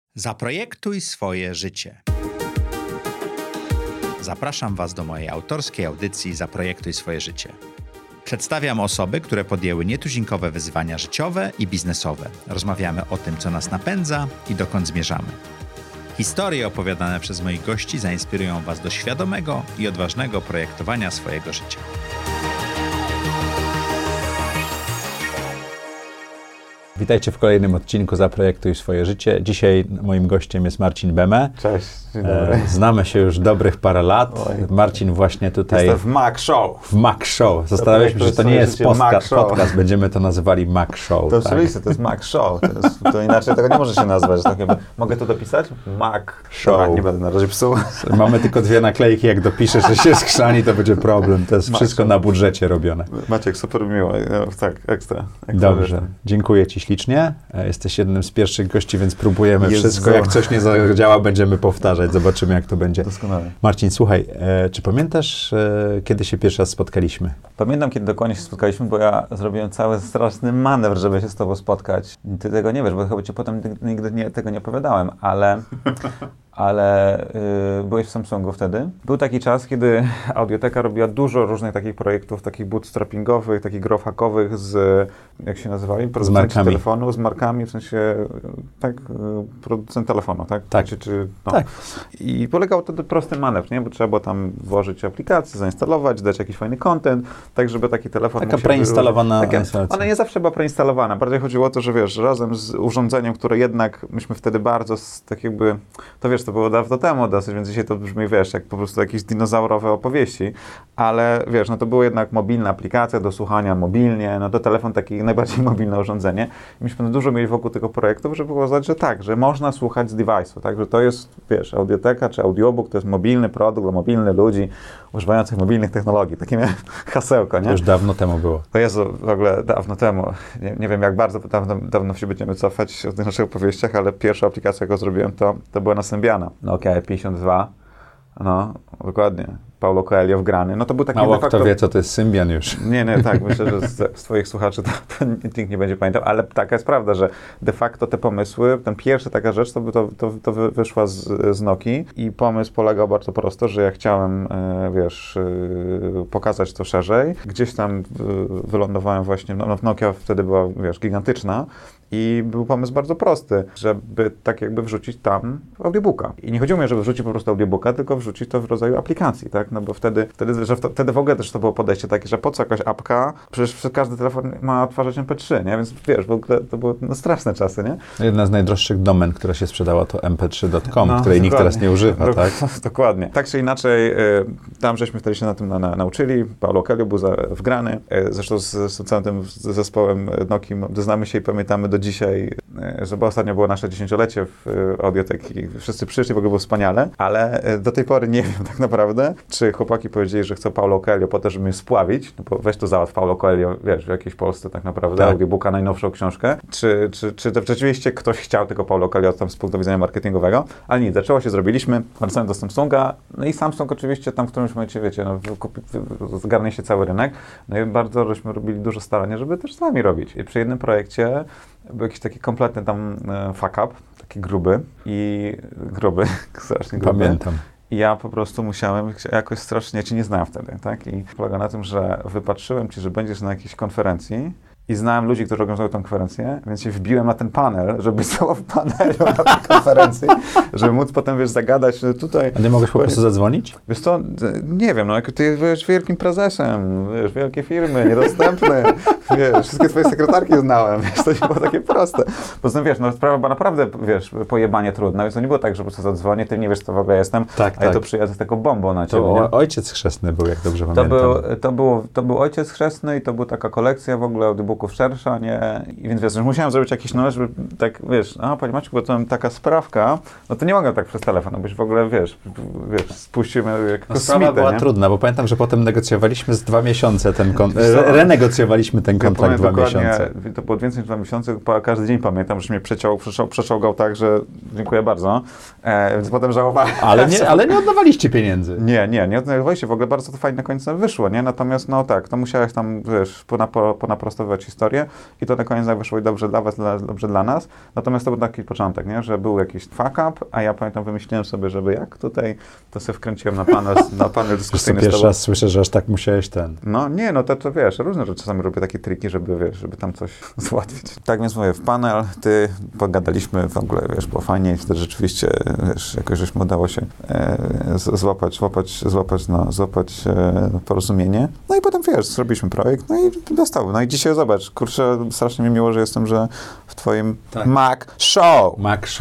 Zaprojektuj swoje życie. Zapraszam Was do mojej autorskiej audycji Zaprojektuj swoje życie. Przedstawiam osoby, które podjęły nietuzinkowe wyzwania życiowe i biznesowe. Rozmawiamy o tym, co nas napędza i dokąd zmierzamy. Historie opowiadane przez moich gości zainspirują Was do świadomego i odważnego projektowania swojego życia. Witajcie w kolejnym odcinku Zaprojektuj swoje życie. Dzisiaj moim gościem jest Marcin Beme. Cześć, dzień dobry. Znamy się już dobrych parę lat. Oj. Marcin właśnie tutaj... Jestem w Mac Show. W Mac Show. Zastanawialiśmy się, że to nie jest podcast. Będziemy to nazywali Mac Show. To oczywiście, to jest Mac Show. To inaczej tego nie może się nazwać. Tak jakby, mogę to dopisać? Mac Show. Tak, nie będę na razie psuł. Mamy tylko dwie naklejki. Jak dopiszesz, że się skrzani, to będzie problem. To jest wszystko na budżecie robione. Maciek, super miło. Tak, ekstra. Dobrze. Dziękuję Ci ślicznie. Jesteś jednym z pierwszych gości, więc próbujemy wszystko. Jak coś nie zadziała, będziemy powtarzać. Zobaczymy, jak to będzie. Doskonale. Marcin, słuchaj, czy pamiętasz, kiedy się pierwszy raz spotkaliśmy? Pamiętam, kiedy dokładnie się spotkaliśmy, bo ja zrobiłem cały straszny manewr, żeby się z tobą spotkać. Ty tego nie wiesz, bo chyba ci potem nigdy tego nie opowiadałem, ale byłeś w Samsungu wtedy. Był taki czas, kiedy Audioteka robiła dużo różnych takich projektów, takich bootstrappingowych, takich growth hackowych z, jak się nazywali? Z markami. Telefonu, z markami, w sensie, tak, producent telefonu, tak? Tak. No. Tak. I polegał to prosty manewr, nie? Bo trzeba było tam włożyć aplikację, zainstalować, dać jakiś fajny content, tak żeby taki telefon... Taka preinstalowana instalacja. Ona nie zawsze była preinstalowana. Bardziej chodziło o to, że wiesz, razem z urządzeniem, które jednak myśmy wtedy bardzo, tak jakby, to wiesz, to było dawno temu dosyć, więc dzisiaj to brzmi, wiesz, jak po prostu jakieś dinozaurowe opowieści, ale wiesz, no to była jednak mobilna aplikacja do słuchania mobilnie, no to telefon taki najbardziej mobilne urządzenie. I myśmy dużo mieli wokół tego projektu, żeby pokazać, że tak, że można słuchać z device'u, tak, że to jest, wiesz, Audioteka czy audiobook to jest mobilny produkt dla mobilnych ludzi używających mobilnych technologii. Takie miałem hasełko, nie? To już dawno temu było. To Jezu, w ogóle dawno temu. Nie wiem, jak bardzo dawno się będziemy cofać o tych naszych opowieściach, ale pierwsza aplikacja, jaką zrobiłem, to była na Symbiana. Nokia 52. No, dokładnie. Paulo Coelho wgrany. No to był taki Mało de facto... kto wie, co to jest Symbian już. Nie, tak. Myślę, że z twoich słuchaczy to nikt nie będzie pamiętał, ale taka jest prawda, że de facto te pomysły, ten pierwsza taka rzecz, to wyszła z Nokii i pomysł polegał bardzo prosto, że ja chciałem, wiesz, pokazać to szerzej. Gdzieś tam wylądowałem właśnie, no Nokia wtedy była, wiesz, gigantyczna i był pomysł bardzo prosty, żeby tak jakby wrzucić tam audiobooka. I nie chodziło mi, żeby wrzucić po prostu audiobooka, tylko wrzucić to w rodzaju aplikacji, tak? No bo wtedy w ogóle też to było podejście takie, że po co jakaś apka? Przecież każdy telefon ma odtwarzać MP3, nie? Więc wiesz, w ogóle to były straszne czasy, nie? Jedna z najdroższych domen, która się sprzedała, to mp3.com, której nikt teraz nie używa, tak? Dokładnie. Tak czy inaczej, tam żeśmy wtedy się na tym nauczyli. Paulo Coelho był wgrany. Zresztą z całym tym zespołem Nokii znamy się i pamiętamy do dzisiaj, że ostatnio było nasze 10-lecie w Audioteki. Wszyscy przyszli, w ogóle było wspaniale, ale do tej pory nie wiem tak naprawdę, czy chłopaki powiedzieli, że chcą Paulo Coelho po to, żeby mnie spławić, no bo weź to załatw Paulo Coelho, wiesz, w jakiejś Polsce tak naprawdę, tak. Audiobooka, najnowszą książkę, czy to rzeczywiście ktoś chciał tego Paulo Coelho tam z punktu widzenia marketingowego, ale nic, zaczęło się, zrobiliśmy, wracając do Samsunga, no i Samsung oczywiście tam w którymś momencie, wiecie, no zgarnie się cały rynek, no i bardzo żeśmy robili dużo starania, żeby też z nami robić. I przy jednym projekcie był jakiś taki kompletny tam fuck up, taki gruby, strasznie gruby. Pamiętam. I ja po prostu musiałem jakoś strasznie, ja cię nie znałem wtedy, tak? I polega na tym, że wypatrzyłem ci, że będziesz na jakiejś konferencji i znałem ludzi, którzy organizują tę konferencję, więc się wbiłem na ten panel, żeby stał w panelu na tej konferencji, żeby móc potem, wiesz, zagadać tutaj. A nie mogłeś po prostu zadzwonić? Wiesz co, nie wiem, no jak ty byłeś wielkim prezesem, wiesz, wielkie firmy, niedostępne, wiesz, wszystkie twoje sekretarki znałem, wiesz, to nie było takie proste. Poza tym, wiesz, no sprawa była naprawdę, wiesz, pojebanie trudna, więc to nie było tak, że po prostu zadzwonię, ty nie wiesz, co w ogóle jestem, a ja to przyjadę z taką bombą na ciebie. To ojciec chrzestny był, jak dobrze pamiętam. To był ojciec chrzestny i to była taka kolekcja w ogóle audiobooków szersza, nie? I więc wiesz, musiałem zrobić jakiś numer, żeby tak, wiesz, panie Maciek, bo to taka sprawka, no to nie mogę tak przez telefon, no byś w ogóle, wiesz, spuścimy jak kosmitę, sprawa była trudna, bo pamiętam, że potem negocjowaliśmy z 2 miesiące ten kontrakt, renegocjowaliśmy ten kontrakt 2 miesiące. To było więcej niż 2 miesiące, każdy dzień pamiętam, że mnie przeczołgał tak, że dziękuję bardzo. Więc potem żałowałem. Ale nie oddawaliście pieniędzy. Nie oddawaliście. W ogóle bardzo to fajnie na końcu wyszło, nie? Natomiast, no tak, to musiałeś tam, wiesz, ponaprostowywać historię i to na koniec wyszło i dobrze dla was, dobrze dla nas. Natomiast to był taki początek, nie? Że był jakiś fuck up, a ja pamiętam, wymyśliłem sobie, żeby jak tutaj, to sobie wkręciłem na panel dyskusyjny. Pierwszy raz słyszę, że aż tak musiałeś To wiesz, różne rzeczy czasami robię takie triki, żeby tam coś załatwić. Tak więc mówię, w panel, pogadaliśmy w ogóle, wiesz, było fajnie i wtedy rzeczywiście, wiesz, jakoś żeśmy udało się złapać porozumienie. No i potem, wiesz, zrobiliśmy projekt, no i dostał. No i dzisiaj zobacz, kurczę, strasznie mi miło, że jestem, że w twoim Mac Show.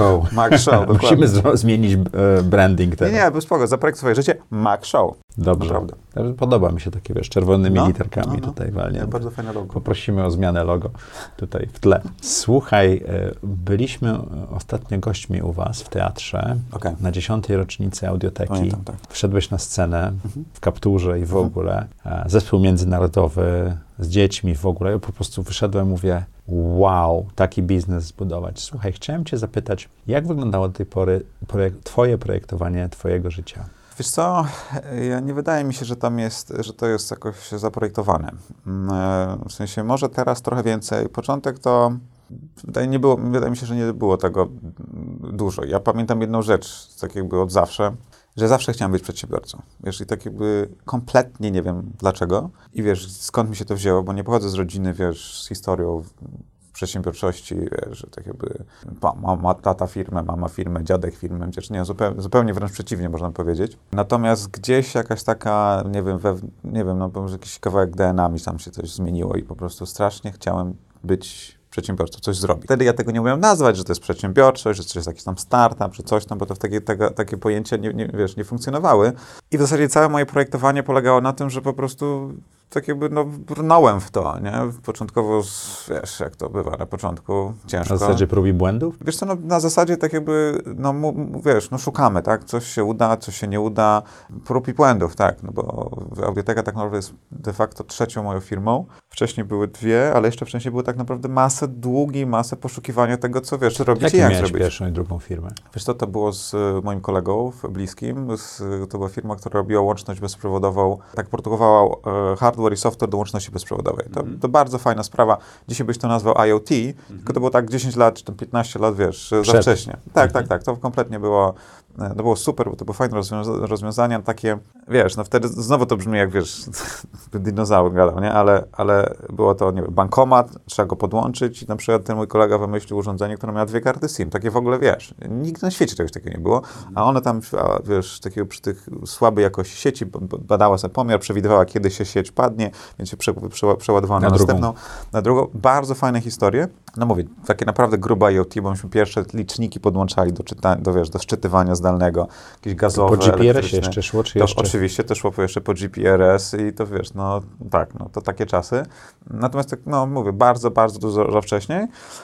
Musimy zmienić branding teraz. Nie, spoko, zaprojektuj swoje życie, Mac Show. Dobrze. Naprawdę. Podoba mi się takie, wiesz, czerwonymi literkami tutaj walnie. Bardzo fajne logo. Poprosimy o zmianę logo tutaj w tle. Słuchaj, byliśmy ostatnio gośćmi u was w teatrze na 10. rocznicy Audioteki. Pamiętam, tak. Wszedłeś na scenę w kapturze i w ogóle. Zespół międzynarodowy z dziećmi w ogóle. Ja po prostu wyszedłem, mówię, wow, taki biznes zbudować. Słuchaj, chciałem cię zapytać, jak wyglądało do tej pory twoje projektowanie twojego życia? Wiesz co, nie wydaje mi się, że to jest jakoś zaprojektowane. W sensie może teraz trochę więcej. Początek to wydaje mi się, że nie było tego dużo. Ja pamiętam jedną rzecz, tak jakby od zawsze, że zawsze chciałem być przedsiębiorcą. Wiesz, i tak jakby kompletnie nie wiem dlaczego. I wiesz, skąd mi się to wzięło, bo nie pochodzę z rodziny, wiesz, z historią przedsiębiorczości, wiesz, że tak jakby tata firmę, mama firmę, dziadek firmę, chociaż nie, zupełnie wręcz przeciwnie, można powiedzieć. Natomiast gdzieś jakaś taka, nie wiem, no może jakiś kawałek DNA mi tam się coś zmieniło i po prostu strasznie chciałem być przedsiębiorcą, coś zrobić. Wtedy ja tego nie umiałem nazwać, że to jest przedsiębiorczość, że to jest jakiś tam startup, czy coś tam, bo to takie pojęcia nie funkcjonowały. I w zasadzie całe moje projektowanie polegało na tym, że po prostu tak jakby, brnąłem w to, nie? Początkowo, wiesz, jak to bywa na początku, ciężko. Na zasadzie prób i błędów? Wiesz co, na zasadzie tak jakby, wiesz, szukamy, tak? Coś się uda, coś się nie uda. Prób i błędów, tak, no bo Audioteka tak naprawdę jest de facto trzecią moją firmą. Wcześniej były dwie, ale jeszcze wcześniej były tak naprawdę masę poszukiwania tego, co wiesz, robić i jak zrobić. Pierwszą i drugą firmę? Wiesz co, to było z moim kolegą bliskim. To była firma, która robiła łączność bezprzewodową, tak produkowała hardware i software do łączności bezprzewodowej. To bardzo fajna sprawa. Dzisiaj byś to nazwał IoT, tylko to było tak 10 lat, czy tam 15 lat, wiesz, za wcześnie. Tak. To kompletnie było, to było super, bo to były fajne rozwiązania, takie, wiesz, no wtedy znowu to brzmi jak, wiesz, dinozaur gadał, nie? Ale było to, nie wiem, bankomat, trzeba go podłączyć i na przykład ten mój kolega wymyślił urządzenie, które miało 2 karty SIM. Takie w ogóle, wiesz, nikt na świecie czegoś takiego nie było, a one tam, wiesz, takiego przy tych słabej jakości sieci badała sobie pomiar, przewidywała, kiedy się sieć padnie, więc się przeładowała na następną, na drugą. Bardzo fajne historie. No mówię, takie naprawdę grube IoT, bo myśmy pierwsze liczniki podłączali do szczytywania zdalnego, jakieś gazowe, po GPRS jeszcze szło, czy jeszcze? Oczywiście, to szło jeszcze po GPRS i to wiesz, no tak, no to takie czasy. Natomiast tak, no mówię, bardzo dużo wcześniej.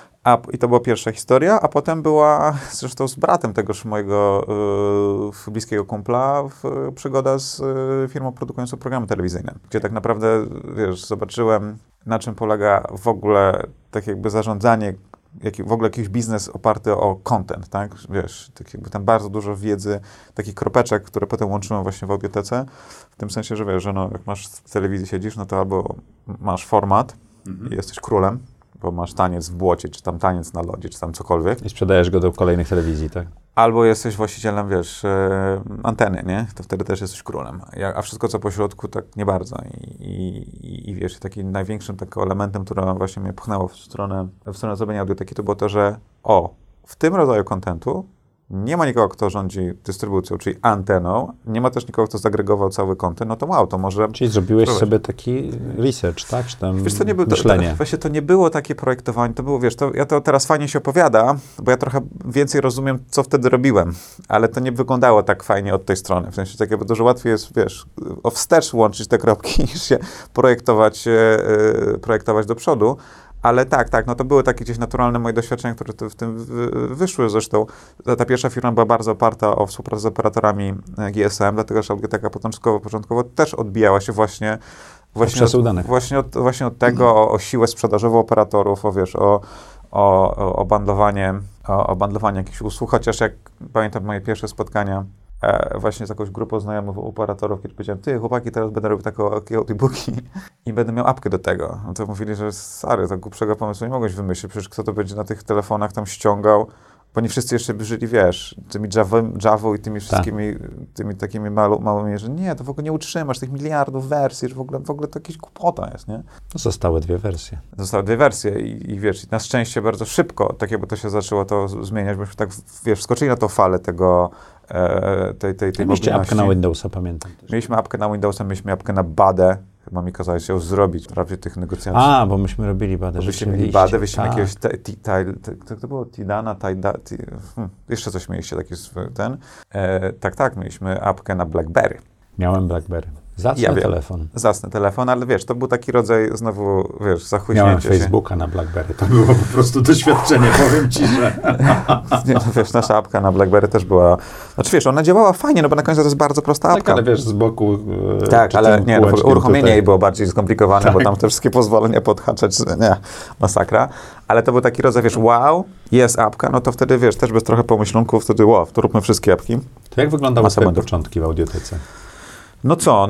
I to była pierwsza historia, a potem była zresztą z bratem tegoż mojego bliskiego kumpla przygoda z firmą produkującą programy telewizyjne, gdzie tak naprawdę, wiesz, zobaczyłem, na czym polega w ogóle tak jakby zarządzanie, w ogóle jakiś biznes oparty o content, tak? Wiesz, tak jakby tam bardzo dużo wiedzy, takich kropeczek, które potem łączyłem właśnie w Audiotece, w tym sensie, że wiesz, że no, jak masz w telewizji siedzisz, no to albo masz format i jesteś królem, bo masz taniec w błocie, czy tam taniec na lodzie, czy tam cokolwiek. I sprzedajesz go do kolejnych telewizji, tak? Albo jesteś właścicielem, wiesz, anteny, nie? To wtedy też jesteś królem. A wszystko, co po środku, tak nie bardzo. I wiesz, takim największym takim elementem, który właśnie mnie pchnęło w stronę zrobienia audioteki, to było to, że w tym rodzaju kontentu nie ma nikogo, kto rządzi dystrybucją, czyli anteną, nie ma też nikogo, kto zagregował cały content, no to wow, to może... Czyli zrobiłeś sobie taki research, tak? Czy tam wiesz, to nie było, myślenie. Właśnie to nie było takie projektowanie, to było, wiesz, ja to teraz fajnie się opowiada, bo ja trochę więcej rozumiem, co wtedy robiłem, ale to nie wyglądało tak fajnie od tej strony, w sensie tak jakby dużo łatwiej jest, wiesz, wstecz łączyć te kropki, niż się projektować do przodu. Ale tak, no to były takie gdzieś naturalne moje doświadczenia, które w tym wyszły zresztą. Ta pierwsza firma była bardzo oparta o współpracę z operatorami GSM, dlatego że Audioteka początkowo też odbijała się właśnie od tego, o siłę sprzedażową operatorów, o bundlowanie o bandlowaniu jakichś usług, chociaż jak pamiętam moje pierwsze spotkania właśnie z jakąś grupą znajomych operatorów, kiedy powiedziałem, ty chłopaki, teraz będę robił takie audiobooki i będę miał apkę do tego. No to mówili, że stary, tak głupszego pomysłu nie mogłeś wymyślić, przecież kto to będzie na tych telefonach tam ściągał, bo nie wszyscy jeszcze by żyli, wiesz, tymi Javą i tymi wszystkimi, tymi takimi małymi, że nie, to w ogóle nie utrzymasz tych miliardów wersji, że w ogóle to jakieś głupota jest, nie? Zostały 2 wersje. Zostały 2 wersje i wiesz, na szczęście bardzo szybko, tak jakby to się zaczęło to zmieniać, byśmy tak, wiesz, wskoczyli na tą falę tego, tej Mieliście apkę na Windowsa, pamiętam. Też. Mieliśmy apkę na Windowsa, mieliśmy apkę na Badę. Chyba mi kazałeś ją zrobić w trakcie tych negocjacji. Bo myśmy robili Badę, byście mieli Badę, wyście mieli jakiegoś to było Tidana, jeszcze coś mieliście, taki ten. Tak, mieliśmy apkę na BlackBerry. Miałem BlackBerry. Zacny telefon. Zacny telefon, ale wiesz, to był taki rodzaj znowu, wiesz, zachłyśnięcie Miałem Facebooka na BlackBerry. To było po prostu doświadczenie, powiem ci, że... Nie, no wiesz, nasza apka na BlackBerry też była... Znaczy wiesz, ona działała fajnie, no bo na końcu to jest bardzo prosta apka. Tak, ale wiesz, z boku... Tak, ale nie, no, uruchomienie jej było bardziej skomplikowane, bo tam te wszystkie pozwolenia podhaczać, nie, masakra. Ale to był taki rodzaj, wiesz, wow, jest apka, no to wtedy, wiesz, też bez trochę pomyślunków, wtedy wow, to róbmy wszystkie apki. To jak wyglądały twoje początki w audiotece? No co,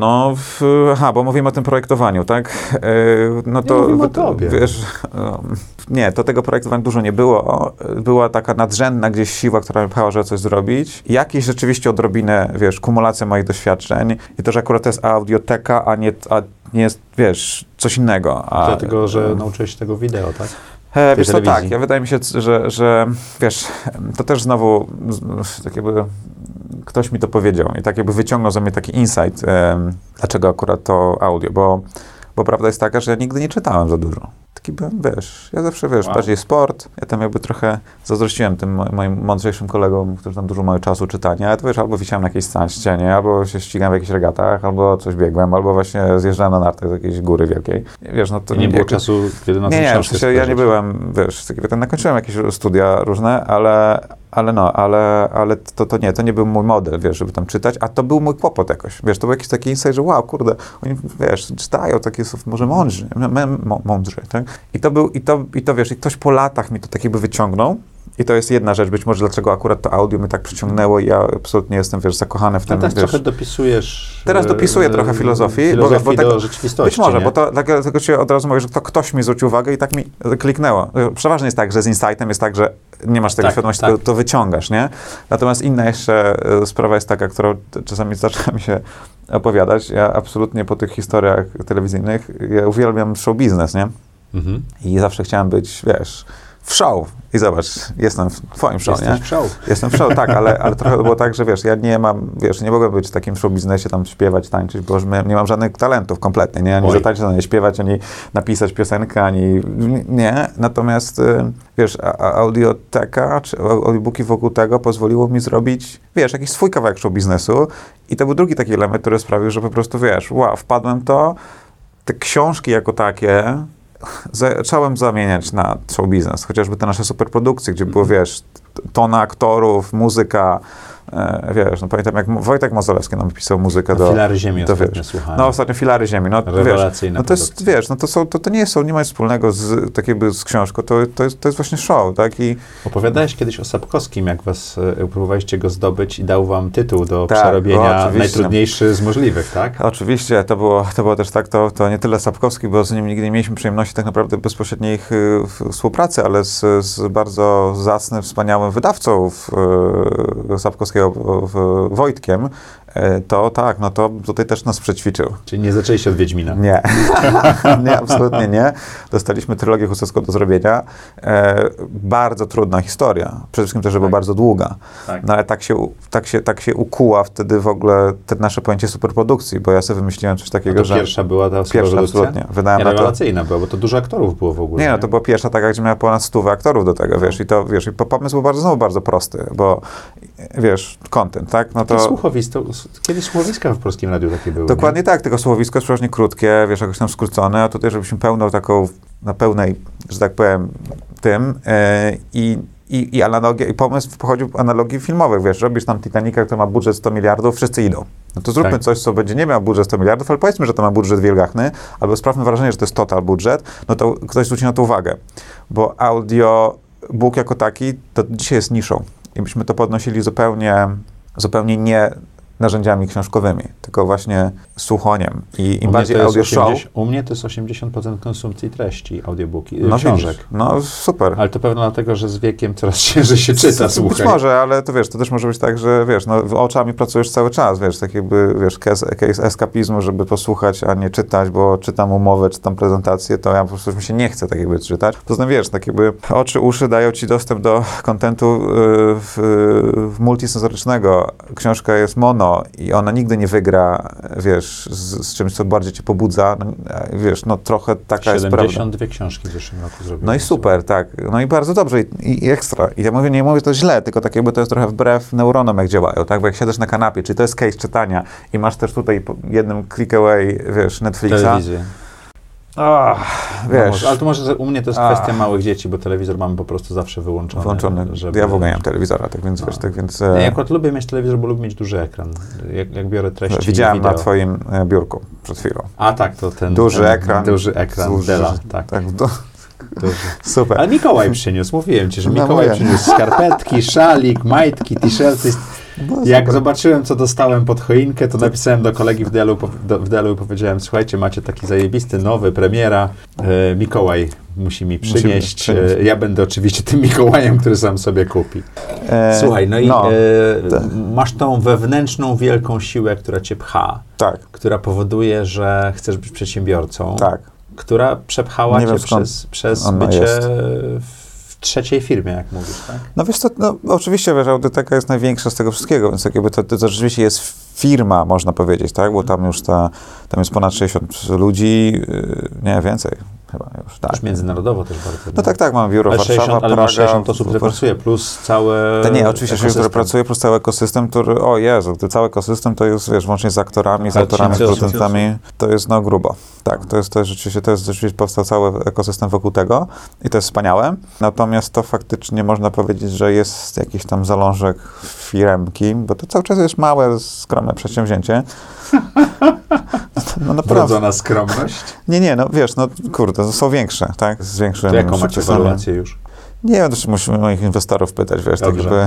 bo mówimy o tym projektowaniu, tak? No to, mówimy o tobie. Wiesz, nie, to tego projektowania dużo nie było. Była taka nadrzędna gdzieś siła, która mi pchała, żeby coś zrobić. Jakieś rzeczywiście odrobinę, wiesz, kumulacja moich doświadczeń i to, że akurat to jest audioteka, a nie jest, wiesz, coś innego. Dlatego, że nauczyłeś się tego wideo, tak? Wiesz co, tak, wydaje mi się, że wiesz, to też znowu tak jakby ktoś mi to powiedział i tak jakby wyciągnął za mnie taki insight, dlaczego akurat to audio, bo prawda jest taka, że ja nigdy nie czytałem za dużo. Taki byłem, wiesz, ja zawsze, wiesz, bardziej sport, ja tam jakby trochę zazdrościłem tym moim mądrzejszym kolegom, którzy tam dużo mają czasu czytania, ja to wiesz, albo wisiałem na jakiejś ścianie, albo się ścigałem w jakichś regatach, albo coś biegłem, albo właśnie zjeżdżałem na nartach z jakiejś góry wielkiej. Wiesz, no to nie było czasu, kiedy na tym Nie, w sensie ja nie byłem, wiesz, nakończyłem jakieś studia różne, ale to nie był mój model, wiesz, żeby tam czytać, a to był mój kłopot jakoś, wiesz, to był jakiś taki insight, że wow, kurde, oni, wiesz, czytają takie słów, może mądrzy, tak? I to, wiesz, i ktoś po latach mi to tak jakby wyciągnął. I to jest jedna rzecz, być może dlaczego akurat to audio mnie tak przyciągnęło i ja absolutnie jestem, wiesz, zakochany w tym, teraz wiesz. Trochę dopisujesz... Teraz dopisuję trochę filozofii bo do rzeczywistości, być może, nie? bo dlatego ci od razu mówię, że to ktoś mi zwrócił uwagę i tak mi kliknęło. Przeważnie jest tak, że z insightem jest tak, że nie masz tego świadomości, tylko to wyciągasz, nie? Natomiast inna jeszcze sprawa jest taka, którą czasami zaczyna mi się opowiadać. Ja absolutnie po tych historiach telewizyjnych, ja uwielbiam show biznes, nie? Mhm. I zawsze chciałem być, wiesz, w show. I zobacz, jestem w twoim show, nie? W show. Jestem w show, tak, ale trochę było tak, że wiesz, ja nie mam, wiesz, nie mogę być w takim show biznesie, tam śpiewać, tańczyć, bo już nie mam żadnych talentów kompletnie, nie? Ani zatańczyć, ani śpiewać, ani napisać piosenkę, ani nie. Natomiast, wiesz, audioteka, czy audiobooki wokół tego pozwoliło mi zrobić, wiesz, jakiś swój kawałek show biznesu i to był drugi taki element, który sprawił, że po prostu, wiesz, wow, wpadłem to, te książki jako takie zacząłem zamieniać na show biznes, chociażby te nasze superprodukcje, gdzie było, wiesz, tona aktorów, muzyka, wiesz, no pamiętam jak Wojtek Mozolewski nam pisał muzykę do... Filary Ziemi ostatnio słuchałem. No ostatnio Filary Ziemi, no rewelacyjna wiesz, no to jest, wiesz, no to nie jest, nie ma nic wspólnego z, tak jakby z książką, to jest właśnie show, tak? I opowiadałeś kiedyś o Sapkowskim, jak próbowaliście go zdobyć i dał wam tytuł do przerobienia, najtrudniejszy z możliwych, tak? Oczywiście, to było też tak, to nie tyle Sapkowski, bo z nim nigdy nie mieliśmy przyjemności tak naprawdę bezpośredniej współpracy, ale z bardzo zacnym, wspaniałym wydawcą Sapkowskiego, Wojtkiem, to tak, no to tutaj też nas przećwiczył. Czyli nie zaczęliście od Wiedźmina? Nie. Nie, absolutnie nie. Dostaliśmy trylogię Husecką do zrobienia. Bardzo trudna historia. Przede wszystkim też, że była bardzo długa. Tak. No ale tak się ukuła wtedy w ogóle te nasze pojęcie superprodukcji, bo ja sobie wymyśliłem coś takiego, że... Pierwsza była ta Pierwsza, absolutnie. Rewelacyjna była, bo to dużo aktorów było w ogóle. Nie, no to była pierwsza taka, gdzie miała ponad 100 aktorów do tego, wiesz, i pomysł był znowu bardzo prosty, bo wiesz, content, tak? No to... Kiedyś słuchowiska w Polskim Radiu takie były. Dokładnie nie? Tak, tylko słuchowisko jest przeważnie krótkie, wiesz, jakoś tam skrócone, a tutaj żebyśmy na pełnej, że tak powiem, tym i analogia, i pomysł pochodził z analogii filmowych, wiesz, robisz tam Titanica, który ma budżet 100 miliardów, wszyscy idą. No to zróbmy coś, co będzie nie miał budżet 100 miliardów, ale powiedzmy, że to ma budżet wielgachny, albo sprawmy wrażenie, że to jest total budżet, no to ktoś zwróci na to uwagę, bo audio Bóg jako taki to dzisiaj jest niszą i byśmy to podnosili zupełnie nie narzędziami książkowymi, tylko właśnie słuchoniem i im bardziej audio show. U mnie to jest 80% konsumpcji treści, audiobooki, no książek. Widzisz, no super. Ale to pewno dlatego, że z wiekiem coraz ciężej się czyta, słuchaj. Być może, ale to wiesz, to też może być tak, że wiesz, no oczami pracujesz cały czas, wiesz, tak jakby, wiesz, case eskapizmu, żeby posłuchać, a nie czytać, bo czytam umowę, czytam prezentację, to ja po prostu mi się nie chcę tak jakby czytać. Poza tym, wiesz, tak jakby oczy, uszy dają ci dostęp do kontentu multisensorycznego. Książka jest mono i ona nigdy nie wygra, wiesz, z czymś, co bardziej cię pobudza, no, wiesz, no trochę taka jest prawda. 72 książki w zeszłym roku zrobiłem. No i super, tak. No i bardzo dobrze i ekstra. I ja nie mówię to źle, tylko tak jakby to jest trochę wbrew neuronom, jak działają, tak? Bo jak siadasz na kanapie, czyli to jest case czytania i masz też tutaj jednym click away, wiesz, Netflixa. Telewizję. Wiesz. No ale to może u mnie to jest kwestia małych dzieci, bo telewizor mamy po prostu zawsze wyłączony. Żeby... Ja w ogóle nie mam telewizora, tak więc wiesz, tak więc... Ja akurat lubię mieć telewizor, bo lubię mieć duży ekran. Jak biorę treści widziałem wideo. na twoim biurku przed chwilą. A tak, to ten duży ekran. Duży ekran Dela, tak. Duży. Super. Ale Mikołaj przyniósł, mówiłem ci, że Mikołaj przyniósł skarpetki, szalik, majtki, t-shirty. Jak zobaczyłem, co dostałem pod choinkę, to napisałem do kolegi w Delu i powiedziałem, słuchajcie, macie taki zajebisty, nowy, premiera, Mikołaj musi mi przynieść. Ja będę oczywiście tym Mikołajem, który sam sobie kupi. Słuchaj, masz tą wewnętrzną, wielką siłę, która cię pcha, tak. Która powoduje, że chcesz być przedsiębiorcą, tak. Która przepchała cię przez bycie w trzeciej firmie, jak mówisz, tak? No wiesz co, no, oczywiście, wiesz, Audioteka jest największa z tego wszystkiego, więc jakby to rzeczywiście jest firma, można powiedzieć, tak? Bo tam już tam jest ponad 60 ludzi, nie, więcej chyba już, tak. Już międzynarodowo też bardzo. No tak, mam biuro Warszawa, ale masz 60 osób, które pracuje, plus całe nie, oczywiście 60, które pracuje, plus cały ekosystem, który, o Jezu, cały ekosystem to jest, wiesz, łącznie z aktorami, z autorami, z producentami, to jest no grubo. Tak, to jest rzeczywiście powstał cały ekosystem wokół tego i to jest wspaniałe. Natomiast to faktycznie można powiedzieć, że jest jakiś tam zalążek firemki, bo to cały czas jest małe, skromne przedsięwzięcie. No Wrodzona skromność? Nie, no wiesz, no kurde, to są większe, tak? Z większym to jaką macie ewaluację już? Nie wiem, też musimy moich inwestorów pytać, wiesz,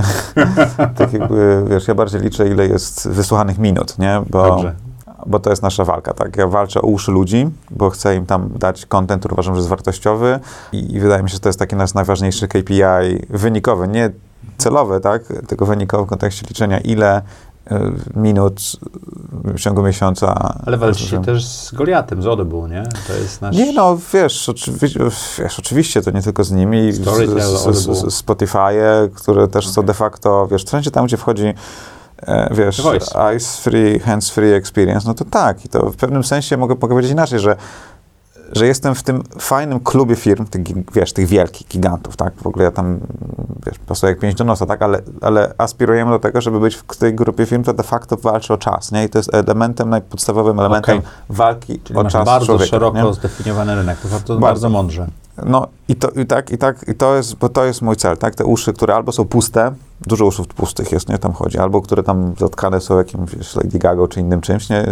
tak jakby, wiesz, ja bardziej liczę, ile jest wysłuchanych minut, nie? Bo to jest nasza walka, tak? Ja walczę o uszy ludzi, bo chcę im tam dać content, który uważam, że jest wartościowy i wydaje mi się, że to jest taki nasz najważniejszy KPI wynikowy, nie celowy, tak? Tylko wynikowy w kontekście liczenia, ile minut w ciągu miesiąca. Ale walczycie też z Goliatem, z Audible, nie? To jest nasz... Nie, no wiesz, oczywiście to nie tylko z nimi, z Spotify'e, które też są de facto, wiesz, wszędzie tam, gdzie wchodzi wiesz, eyes free, hands free experience, no to tak. I to w pewnym sensie mogę powiedzieć inaczej, że jestem w tym fajnym klubie firm, tych wielkich gigantów, tak? W ogóle ja tam, wiesz, pasuję jak pięść do nosa, tak? Ale aspirujemy do tego, żeby być w tej grupie firm, to de facto walczy o czas, nie? I to jest podstawowym elementem walki czyli o czas bardzo człowieka, szeroko nie? zdefiniowany rynek. To bardzo mądrze. No i to jest, bo to jest mój cel, tak? Te uszy, które albo są puste, dużo uszu pustych jest, nie? Tam chodzi, albo które tam zatkane są jakimś, wiesz, Lady Gaga czy innym czymś, nie?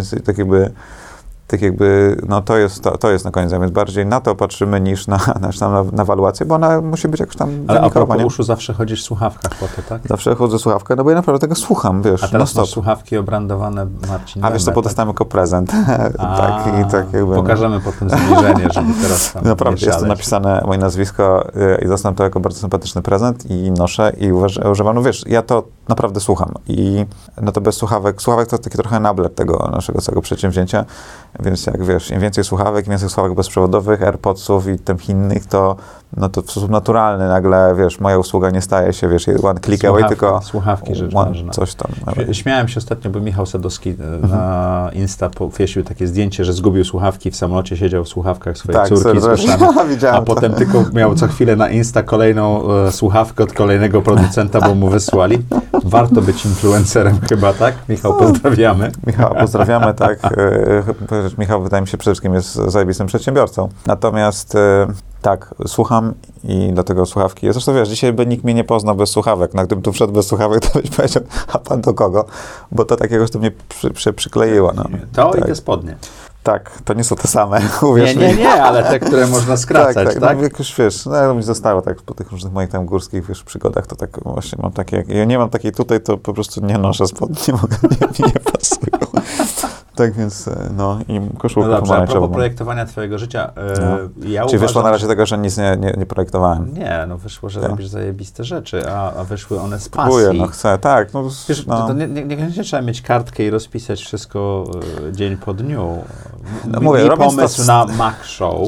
Tak jakby, no to jest na koniec, więc bardziej na to patrzymy niż na ewaluację, bo ona musi być jakoś tam ale a propos uszu zawsze chodzisz w słuchawkach po to, tak? Zawsze chodzę w słuchawkach, no bo ja naprawdę tego słucham, wiesz, a teraz masz słuchawki obrandowane Marcin A wiesz, to podostałem jako prezent. tak jakby. Pokażemy potem zbliżenie, żeby teraz tam naprawdę, jest to napisane moje nazwisko i dostałem to jako bardzo sympatyczny prezent i noszę i używam, no wiesz, ja to naprawdę słucham i no to bez słuchawek to taki trochę enabler tego naszego całego przedsięwzięcia, więc jak wiesz, im więcej słuchawek bezprzewodowych, AirPodsów i tym innych, to w sposób naturalny nagle, wiesz, moja usługa nie staje się, wiesz, one click away, tylko słuchawki rzecz ważna. Coś tam. Śmiałem się ostatnio, bo Michał Sadowski na Insta powiesił takie zdjęcie, że zgubił słuchawki, w samolocie siedział w słuchawkach swojej córki z uszami, a potem tylko miał co chwilę na Insta kolejną słuchawkę od kolejnego producenta, bo mu wysłali. Warto być influencerem chyba, tak? Michał, pozdrawiamy. Michał, pozdrawiamy, tak. Michał, wydaje mi się, przede wszystkim jest zajebistym przedsiębiorcą. Natomiast tak, słucham i dlatego słuchawki. Zresztą wiesz, dzisiaj by nikt mnie nie poznał bez słuchawek. No, gdybym tu wszedł bez słuchawek, to byś powiedział, a pan do kogo? Bo to takiegoś to mnie przykleiło. No. To tak. I te spodnie. Tak, to nie są te same, uwierz mi. Nie, ale te, które można skracać, tak? No, jakoś, wiesz, no mi zostało tak po tych różnych moich tam górskich, wiesz, przygodach, to tak właśnie mam takie, ja nie mam takiej tutaj, to po prostu nie noszę spodni, nie mogę, nie pasują. Tak więc, no i koszulkę No dobrze, a propos pomarańczową. projektowania twojego życia, ja Czyli wyszło na uważam, razie tego, że nic nie projektowałem. Nie, no wyszło, że Tak. robisz zajebiste rzeczy, a wyszły one z Próbuję, pasji. no chcę, tak. No, Wiesz, no. to nie trzeba mieć kartkę i rozpisać wszystko dzień po dniu. No mówię, Mi robiąc pomysł to na Mac Show.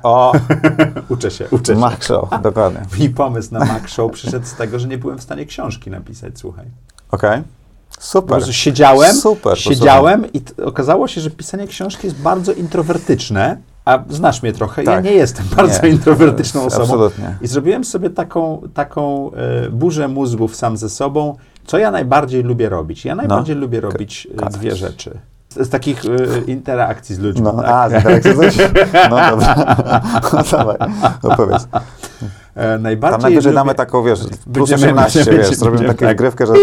Uczę się. Uczę się. Mac Show, dokładnie. Mi pomysł na Mac Show przyszedł z tego, że nie byłem w stanie książki napisać, słuchaj. Okej. Po Super. prostu siedziałem i okazało się, że pisanie książki jest bardzo introwertyczne, a znasz mnie trochę, ja Tak. nie jestem bardzo introwertyczną osobą. Absolutnie. I zrobiłem sobie taką burzę mózgów sam ze sobą, co ja najbardziej lubię robić. Ja najbardziej lubię robić dwie rzeczy. Z takich interakcji z ludźmi. No, tak? z interakcji z ludźmi. No dobra. No dawaj, opowiedz. Najbardziej Tam najwyżej lubię... damy taką, wiesz, plus Będziemy- 18, będziemy- wiesz, zrobimy będziemy, taką tak. grywkę, że...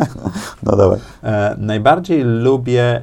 No dawaj. Najbardziej lubię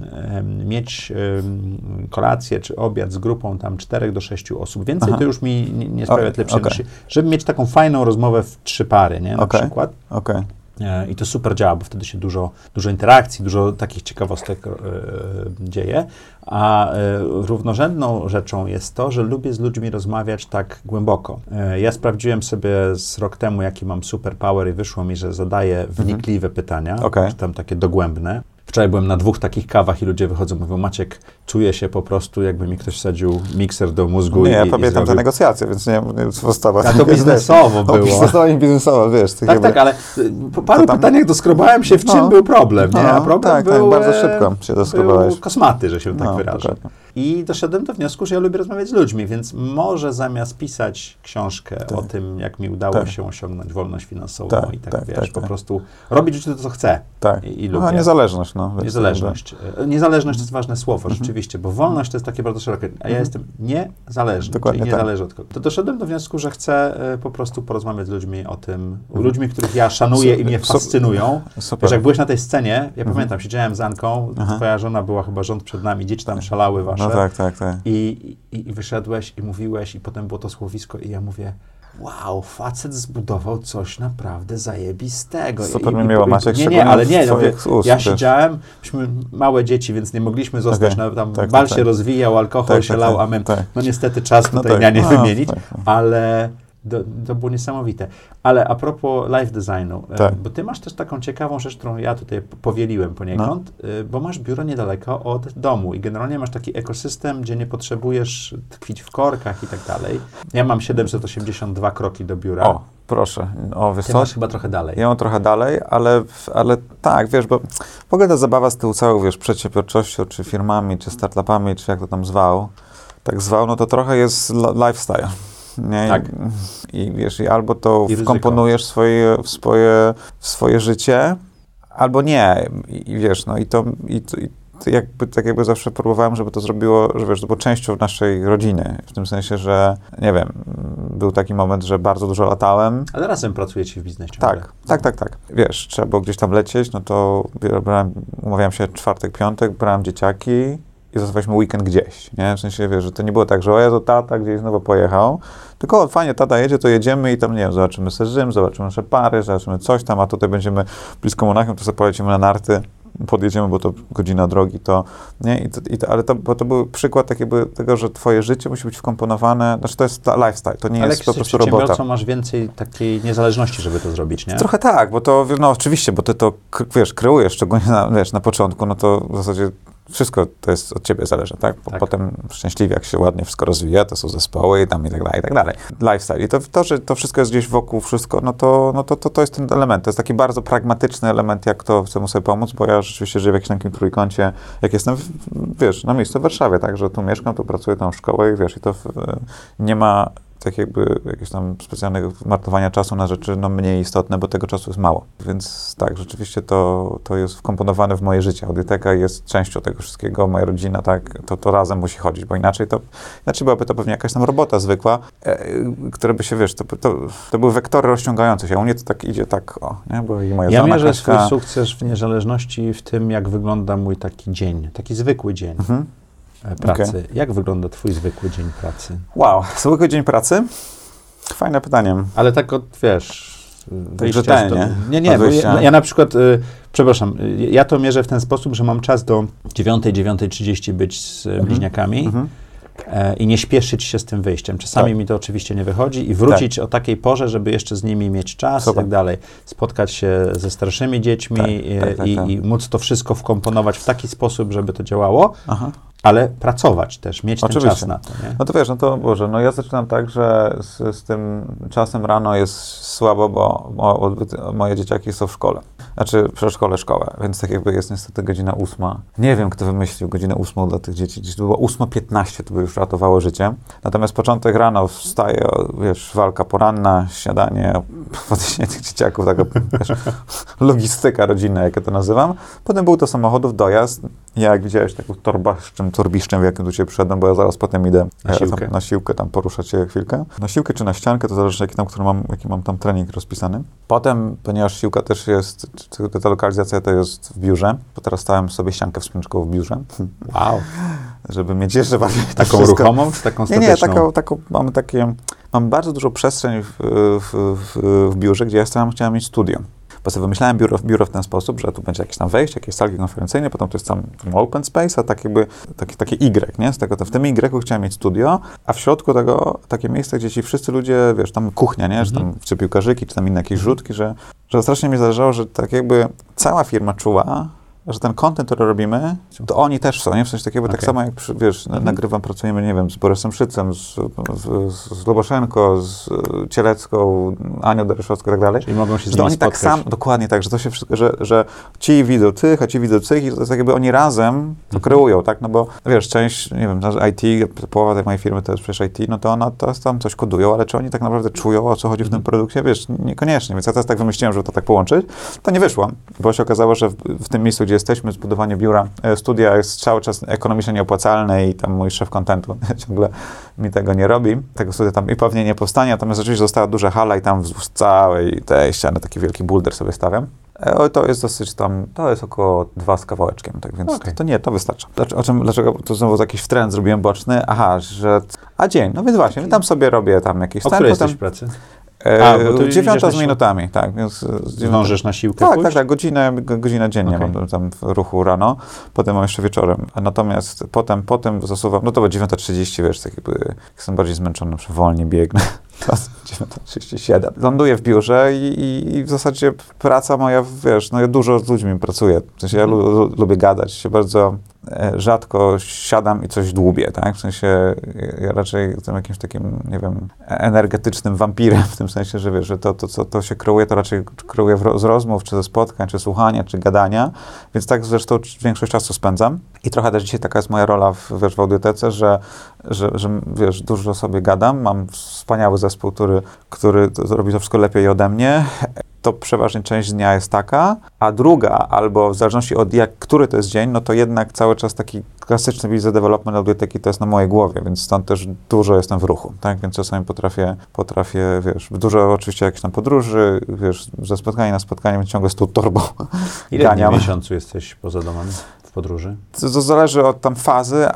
mieć kolację czy obiad z grupą tam 4 do 6 osób. Więcej to już mi nie sprawia tyle przyjemności. Żeby mieć taką fajną rozmowę w 3 pary, nie? Na przykład. Okej. I to super działa, bo wtedy się dużo interakcji, dużo takich ciekawostek dzieje. A równorzędną rzeczą jest to, że lubię z ludźmi rozmawiać tak głęboko. Ja sprawdziłem sobie z rok temu, jaki mam superpower i wyszło mi, że zadaję wnikliwe pytania, czy tam takie dogłębne. Wczoraj byłem na 2 takich kawach i ludzie wychodzą i mówią, Maciek, czuję się po prostu, jakby mi ktoś wsadził mikser do mózgu. Nie, ja i pamiętam te zrobił... negocjacje, więc nie postawa. A to biznesowo było. Biznesowo i biznesowo, wiesz. Tak, ale po paru pytaniach doskrobałem się, w czym był problem, nie? A problem był... bardzo szybko się doskrobałeś. Był kosmaty, że się tak wyrażę. Dokładnie. I doszedłem do wniosku, że ja lubię rozmawiać z ludźmi, więc może zamiast pisać książkę o tym, jak mi udało się osiągnąć wolność finansową po prostu robić to, co chcę. Tak. I lubię. Niezależność. Niezależność. Niezależność to jest ważne słowo, rzeczywiście, bo wolność to jest takie bardzo szerokie, a ja jestem niezależny, Dokładnie czyli nie zależy od kogo. To doszedłem do wniosku, że chcę po prostu porozmawiać z ludźmi o tym, ludźmi, których ja szanuję i mnie fascynują. Wiesz, jak byłeś na tej scenie, ja pamiętam, siedziałem z Anką, twoja żona była chyba rząd przed nami, dzieci tam szalały wasze. No tak. I wyszedłeś i mówiłeś i potem było to słowisko i ja mówię, wow, facet zbudował coś naprawdę zajebistego. Super mi miło, Maciek, ja siedziałem, myśmy małe dzieci, więc nie mogliśmy zostać, tam bal się rozwijał, alkohol się lał, a my, no niestety czas tutaj nie wymienić, ale to było niesamowite. Ale a propos live designu, bo ty masz też taką ciekawą rzecz, którą ja tutaj powieliłem poniekąd, bo masz biuro niedaleko od domu i generalnie masz taki ekosystem, gdzie nie potrzebujesz tkwić w korkach i tak dalej. Ja mam 782 kroki do biura. O, proszę. Wiesz Ty co? masz chyba trochę dalej. Ja mam trochę dalej, ale tak, wiesz, bo w ogóle ta zabawa z tyłu całą, wiesz, przedsiębiorczością, czy firmami, czy startupami, czy jak to tam zwał, no to trochę jest lifestyle. Nie? Tak. I wiesz, albo to wkomponujesz w swoje życie, albo nie. I wiesz, no i to jakby zawsze próbowałem, żeby to zrobiło, że wiesz, to było częścią naszej rodziny. W tym sensie, że nie wiem, był taki moment, że bardzo dużo latałem. Ale razem pracujecie w biznesie. Tak. Wiesz, trzeba było gdzieś tam lecieć, no to umawiałem się czwartek, piątek, brałem dzieciaki i zostawiliśmy weekend gdzieś, nie? W sensie, wiesz, że to nie było tak, że o Jezu, tata gdzieś znowu pojechał, tylko fajnie, tata jedzie, to jedziemy i tam, nie wiem, zobaczymy sobie Rzym, zobaczymy nasze Paryż, zobaczymy coś tam, a tutaj będziemy blisko Monachium, to sobie polecimy na narty, podjedziemy, bo to godzina drogi, to, nie? Ale to był przykład takiego, tego, że twoje życie musi być wkomponowane, znaczy to jest lifestyle, to nie jest po prostu robota. Ale jak masz więcej takiej niezależności, żeby to zrobić, nie? Trochę tak, bo to, no oczywiście, bo ty to, wiesz, kreujesz, szczególnie na początku, no to w zasadzie wszystko to jest od ciebie zależy, tak? Potem szczęśliwie, jak się ładnie wszystko rozwija, to są zespoły i tam i tak dalej. Lifestyle. I to, że to wszystko jest gdzieś wokół, wszystko, to jest ten element. To jest taki bardzo pragmatyczny element, jak to chcę sobie pomóc, bo ja rzeczywiście żyję w jakimś takim trójkącie, jak jestem, wiesz, na miejscu w Warszawie, tak? Że tu mieszkam, tu pracuję, tam w szkołę i wiesz, i to nie ma tak jakby jakiegoś tam specjalnego marnowania czasu na rzeczy mniej istotne, bo tego czasu jest mało. Więc tak, rzeczywiście to jest wkomponowane w moje życie. Audioteka jest częścią tego wszystkiego, moja rodzina, tak, to razem musi chodzić, bo inaczej byłaby to pewnie jakaś tam robota zwykła, która by się, wiesz, to były wektory rozciągające się, a u mnie to tak idzie tak, nie, bo i moja żona Ja mierzę swój sukces w niezależności w tym, jak wygląda mój taki dzień, taki zwykły dzień. pracy. Jak wygląda twój zwykły dzień pracy? Wow, zwykły dzień pracy? Fajne pytanie. Ale tak Tak rzetelnie. Nie, bo ja na przykład, przepraszam, ja to mierzę w ten sposób, że mam czas do 9:30 być z bliźniakami i nie śpieszyć się z tym wyjściem. Czasami mi to oczywiście nie wychodzi i wrócić o takiej porze, żeby jeszcze z nimi mieć czas i tak dalej. Spotkać się ze starszymi dziećmi i móc to wszystko wkomponować w taki sposób, żeby to działało. Ale pracować też, mieć ten czas na to, nie? No to wiesz, ja zaczynam tak, że z tym czasem rano jest słabo, bo moje dzieciaki są w szkole. Znaczy przedszkole, szkołę, więc tak jakby jest niestety godzina 8. Nie wiem, kto wymyślił godzinę 8 dla tych dzieci. Gdzieś to było 8:15, to by już ratowało życie. Natomiast początek rano wstaje, wiesz, walka poranna, śniadanie, podniesienie tych dzieciaków, taka wiesz, logistyka rodzinna, jak ja to nazywam. Potem był do samochodów dojazd. Ja, jak widziałeś, taką torbiszczem, w jakim tu się przyszedłem, bo ja zaraz potem idę na siłkę tam poruszać się chwilkę. Na siłkę czy na ściankę, to zależy jaki mam tam trening rozpisany. Potem, ponieważ siłka też jest, ta lokalizacja to jest w biurze, bo teraz stałem sobie ściankę wspinaczkową w biurze. Wow. Żeby mieć jeszcze bardziej taką ruchomą, czy taką statyczną? Nie, mam bardzo dużo przestrzeń w biurze, gdzie ja chciałem mieć studio. Bo sobie wymyślałem biuro w ten sposób, że tu będzie jakieś tam wejście, jakieś salki konferencyjne, potem to jest tam open space, a takie Y, nie? W tym Y chciałem mieć studio, a w środku tego takie miejsce, gdzie ci wszyscy ludzie, wiesz, tam kuchnia, nie? Że tam czy piłkarzyki, czy tam inne jakieś rzutki, że strasznie mi zależało, że tak jakby cała firma czuła, że ten content, który robimy, to oni też są, nie? W sensie takiego, tak samo jak, nagrywam, pracujemy, nie wiem, z Borysem Szycem, z Lubaszenko, z Cielecką, Anią Dereszowską i tak dalej. Czyli mogą się z nimi nimi spotkać. Tak samo, dokładnie tak, że to się wszystko, że ci widzą tych, a ci widzą tych i to jest tak jakby oni razem to kreują, tak? No bo, wiesz, część, nie wiem, IT, połowa tej mojej firmy to jest przecież IT, no to ona teraz tam coś kodują, ale czy oni tak naprawdę czują, o co chodzi w tym produkcie? Wiesz, niekoniecznie, więc ja teraz tak wymyśliłem, żeby to tak połączyć. To nie wyszło, bo się okazało, że w tym miejscu, gdzie jesteśmy, zbudowanie biura, studia jest cały czas ekonomicznie nieopłacalne i tam mój szef kontentu ciągle mi tego nie robi. Tego studia tam i pewnie nie powstanie, natomiast oczywiście została duża hala i tam wzdłuż całej tej ściany taki wielki bulder sobie stawiam. To jest dosyć tam, to jest około 2 z kawałeczkiem, tak więc to wystarcza. Dlaczego to znowu jakiś trend zrobiłem boczny? Dzień, no więc właśnie, tam sobie robię tam jakieś... O której jesteś w pracy? 9 z minutami, tak. Więc zdążysz na siłkę pójść? Tak, godzinę dziennie mam tam w ruchu rano, potem mam jeszcze wieczorem. Natomiast potem zasuwam, no to było 9:30, wiesz, tak jakby jestem bardziej zmęczony, wolniej biegnę. 9:37. Ląduję w biurze i w zasadzie praca moja, wiesz, no ja dużo z ludźmi pracuję. W sensie ja lubię gadać, się bardzo rzadko siadam i coś dłubię, tak? W sensie ja raczej jestem jakimś takim, nie wiem, energetycznym wampirem, w tym sensie, że wiesz, że to się kreuje, to raczej kreuje z rozmów, czy ze spotkań, czy słuchania, czy gadania, więc tak zresztą większość czasu spędzam. I trochę też dzisiaj taka jest moja rola w audiotece, że wiesz, dużo sobie gadam, mam wspaniały zespół, który robi to wszystko lepiej ode mnie. To przeważnie część dnia jest taka, a druga, albo w zależności od który to jest dzień, no to jednak cały czas taki klasyczny business development audioteki to jest na mojej głowie, więc stąd też dużo jestem w ruchu, tak? Więc czasami potrafię, wiesz, dużo oczywiście jakichś tam podróży, wiesz, ze spotkania na spotkanie, więc ciągle z tą torbą Ile dni w miesiącu jesteś poza domem w podróży? To zależy od tam fazy,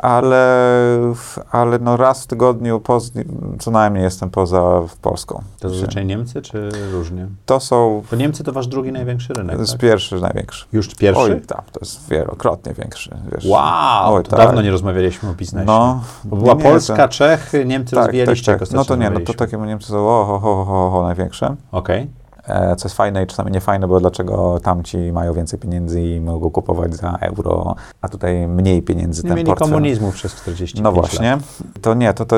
ale no raz w tygodniu co najmniej jestem poza Polską. To zazwyczaj Niemcy, czy różnie? To są... Bo Niemcy to wasz drugi największy rynek, To jest pierwszy największy. Już pierwszy? Oj, tak, to jest wielokrotnie większy. Wiesz. Wow, Oj, to dawno nie rozmawialiecie o biznesie. No, bo była Polska, Czechy, Niemcy rozwijaliście. Tak. No to nie, no to takie Niemcy są największe. Okej. Co jest fajne i czasami niefajne, bo dlaczego tamci mają więcej pieniędzy i mogą kupować za euro, a tutaj mniej pieniędzy. Nie mieli komunizmu przez 45 No właśnie. lat. To nie, to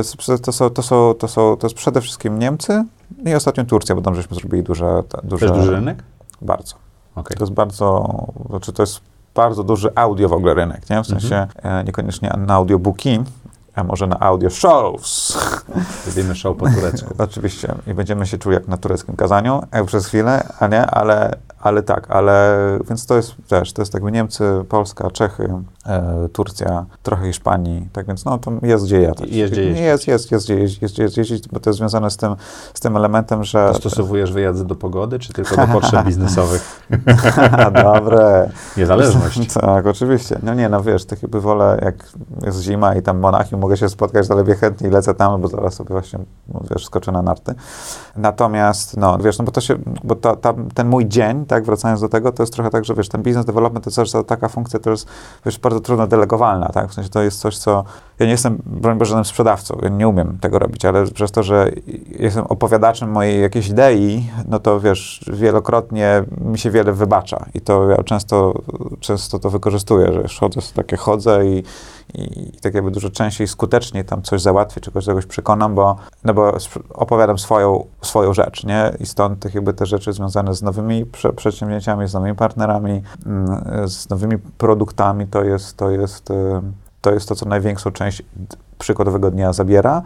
jest przede wszystkim Niemcy i ostatnio Turcja, bo tam żeśmy zrobili duże... Też duży rynek? Bardzo. Okay. To jest bardzo duży audio w ogóle rynek, nie? W sensie niekoniecznie na audiobooki, a może na audio shows. Zrobimy show po turecku. Oczywiście. I będziemy się czuli jak na tureckim kazaniu przez chwilę, ale więc to jest też, to jest jakby Niemcy, Polska, Czechy, Turcja, trochę Hiszpanii, tak więc no to jest gdzie jadać. Jest gdzie jeździć, bo to jest związane z tym elementem, że... Dostosowujesz wyjazdy do pogody, czy tylko do potrzeb biznesowych? Dobre. Niezależność. Tak, oczywiście. No nie, no wiesz, tak jakby wolę, jak jest zima i tam w Monachium mogę się spotkać, ale chętnie lecę tam, bo zaraz sobie właśnie, wiesz, skoczę na narty. Natomiast, no wiesz, no bo ten mój dzień, tak, wracając do tego, to jest trochę tak, że wiesz, ten business development to jest taka funkcja, to jest, wiesz, bardzo trudno delegowalna, tak, w sensie to jest coś, co, ja nie jestem, broń Boże, żadnym sprzedawcą, ja nie umiem tego robić, ale przez to, że jestem opowiadaczem mojej jakiejś idei, no to wiesz, wielokrotnie mi się wiele wybacza i to ja często to wykorzystuję, że chodzę i tak jakby dużo częściej skuteczniej tam coś załatwię, czy czegoś przekonam, bo opowiadam swoją rzecz, nie? I stąd tak jakby te rzeczy związane z nowymi przedsięwzięciami, z nowymi partnerami, z nowymi produktami, to jest to, co największą część przykładowego dnia zabiera.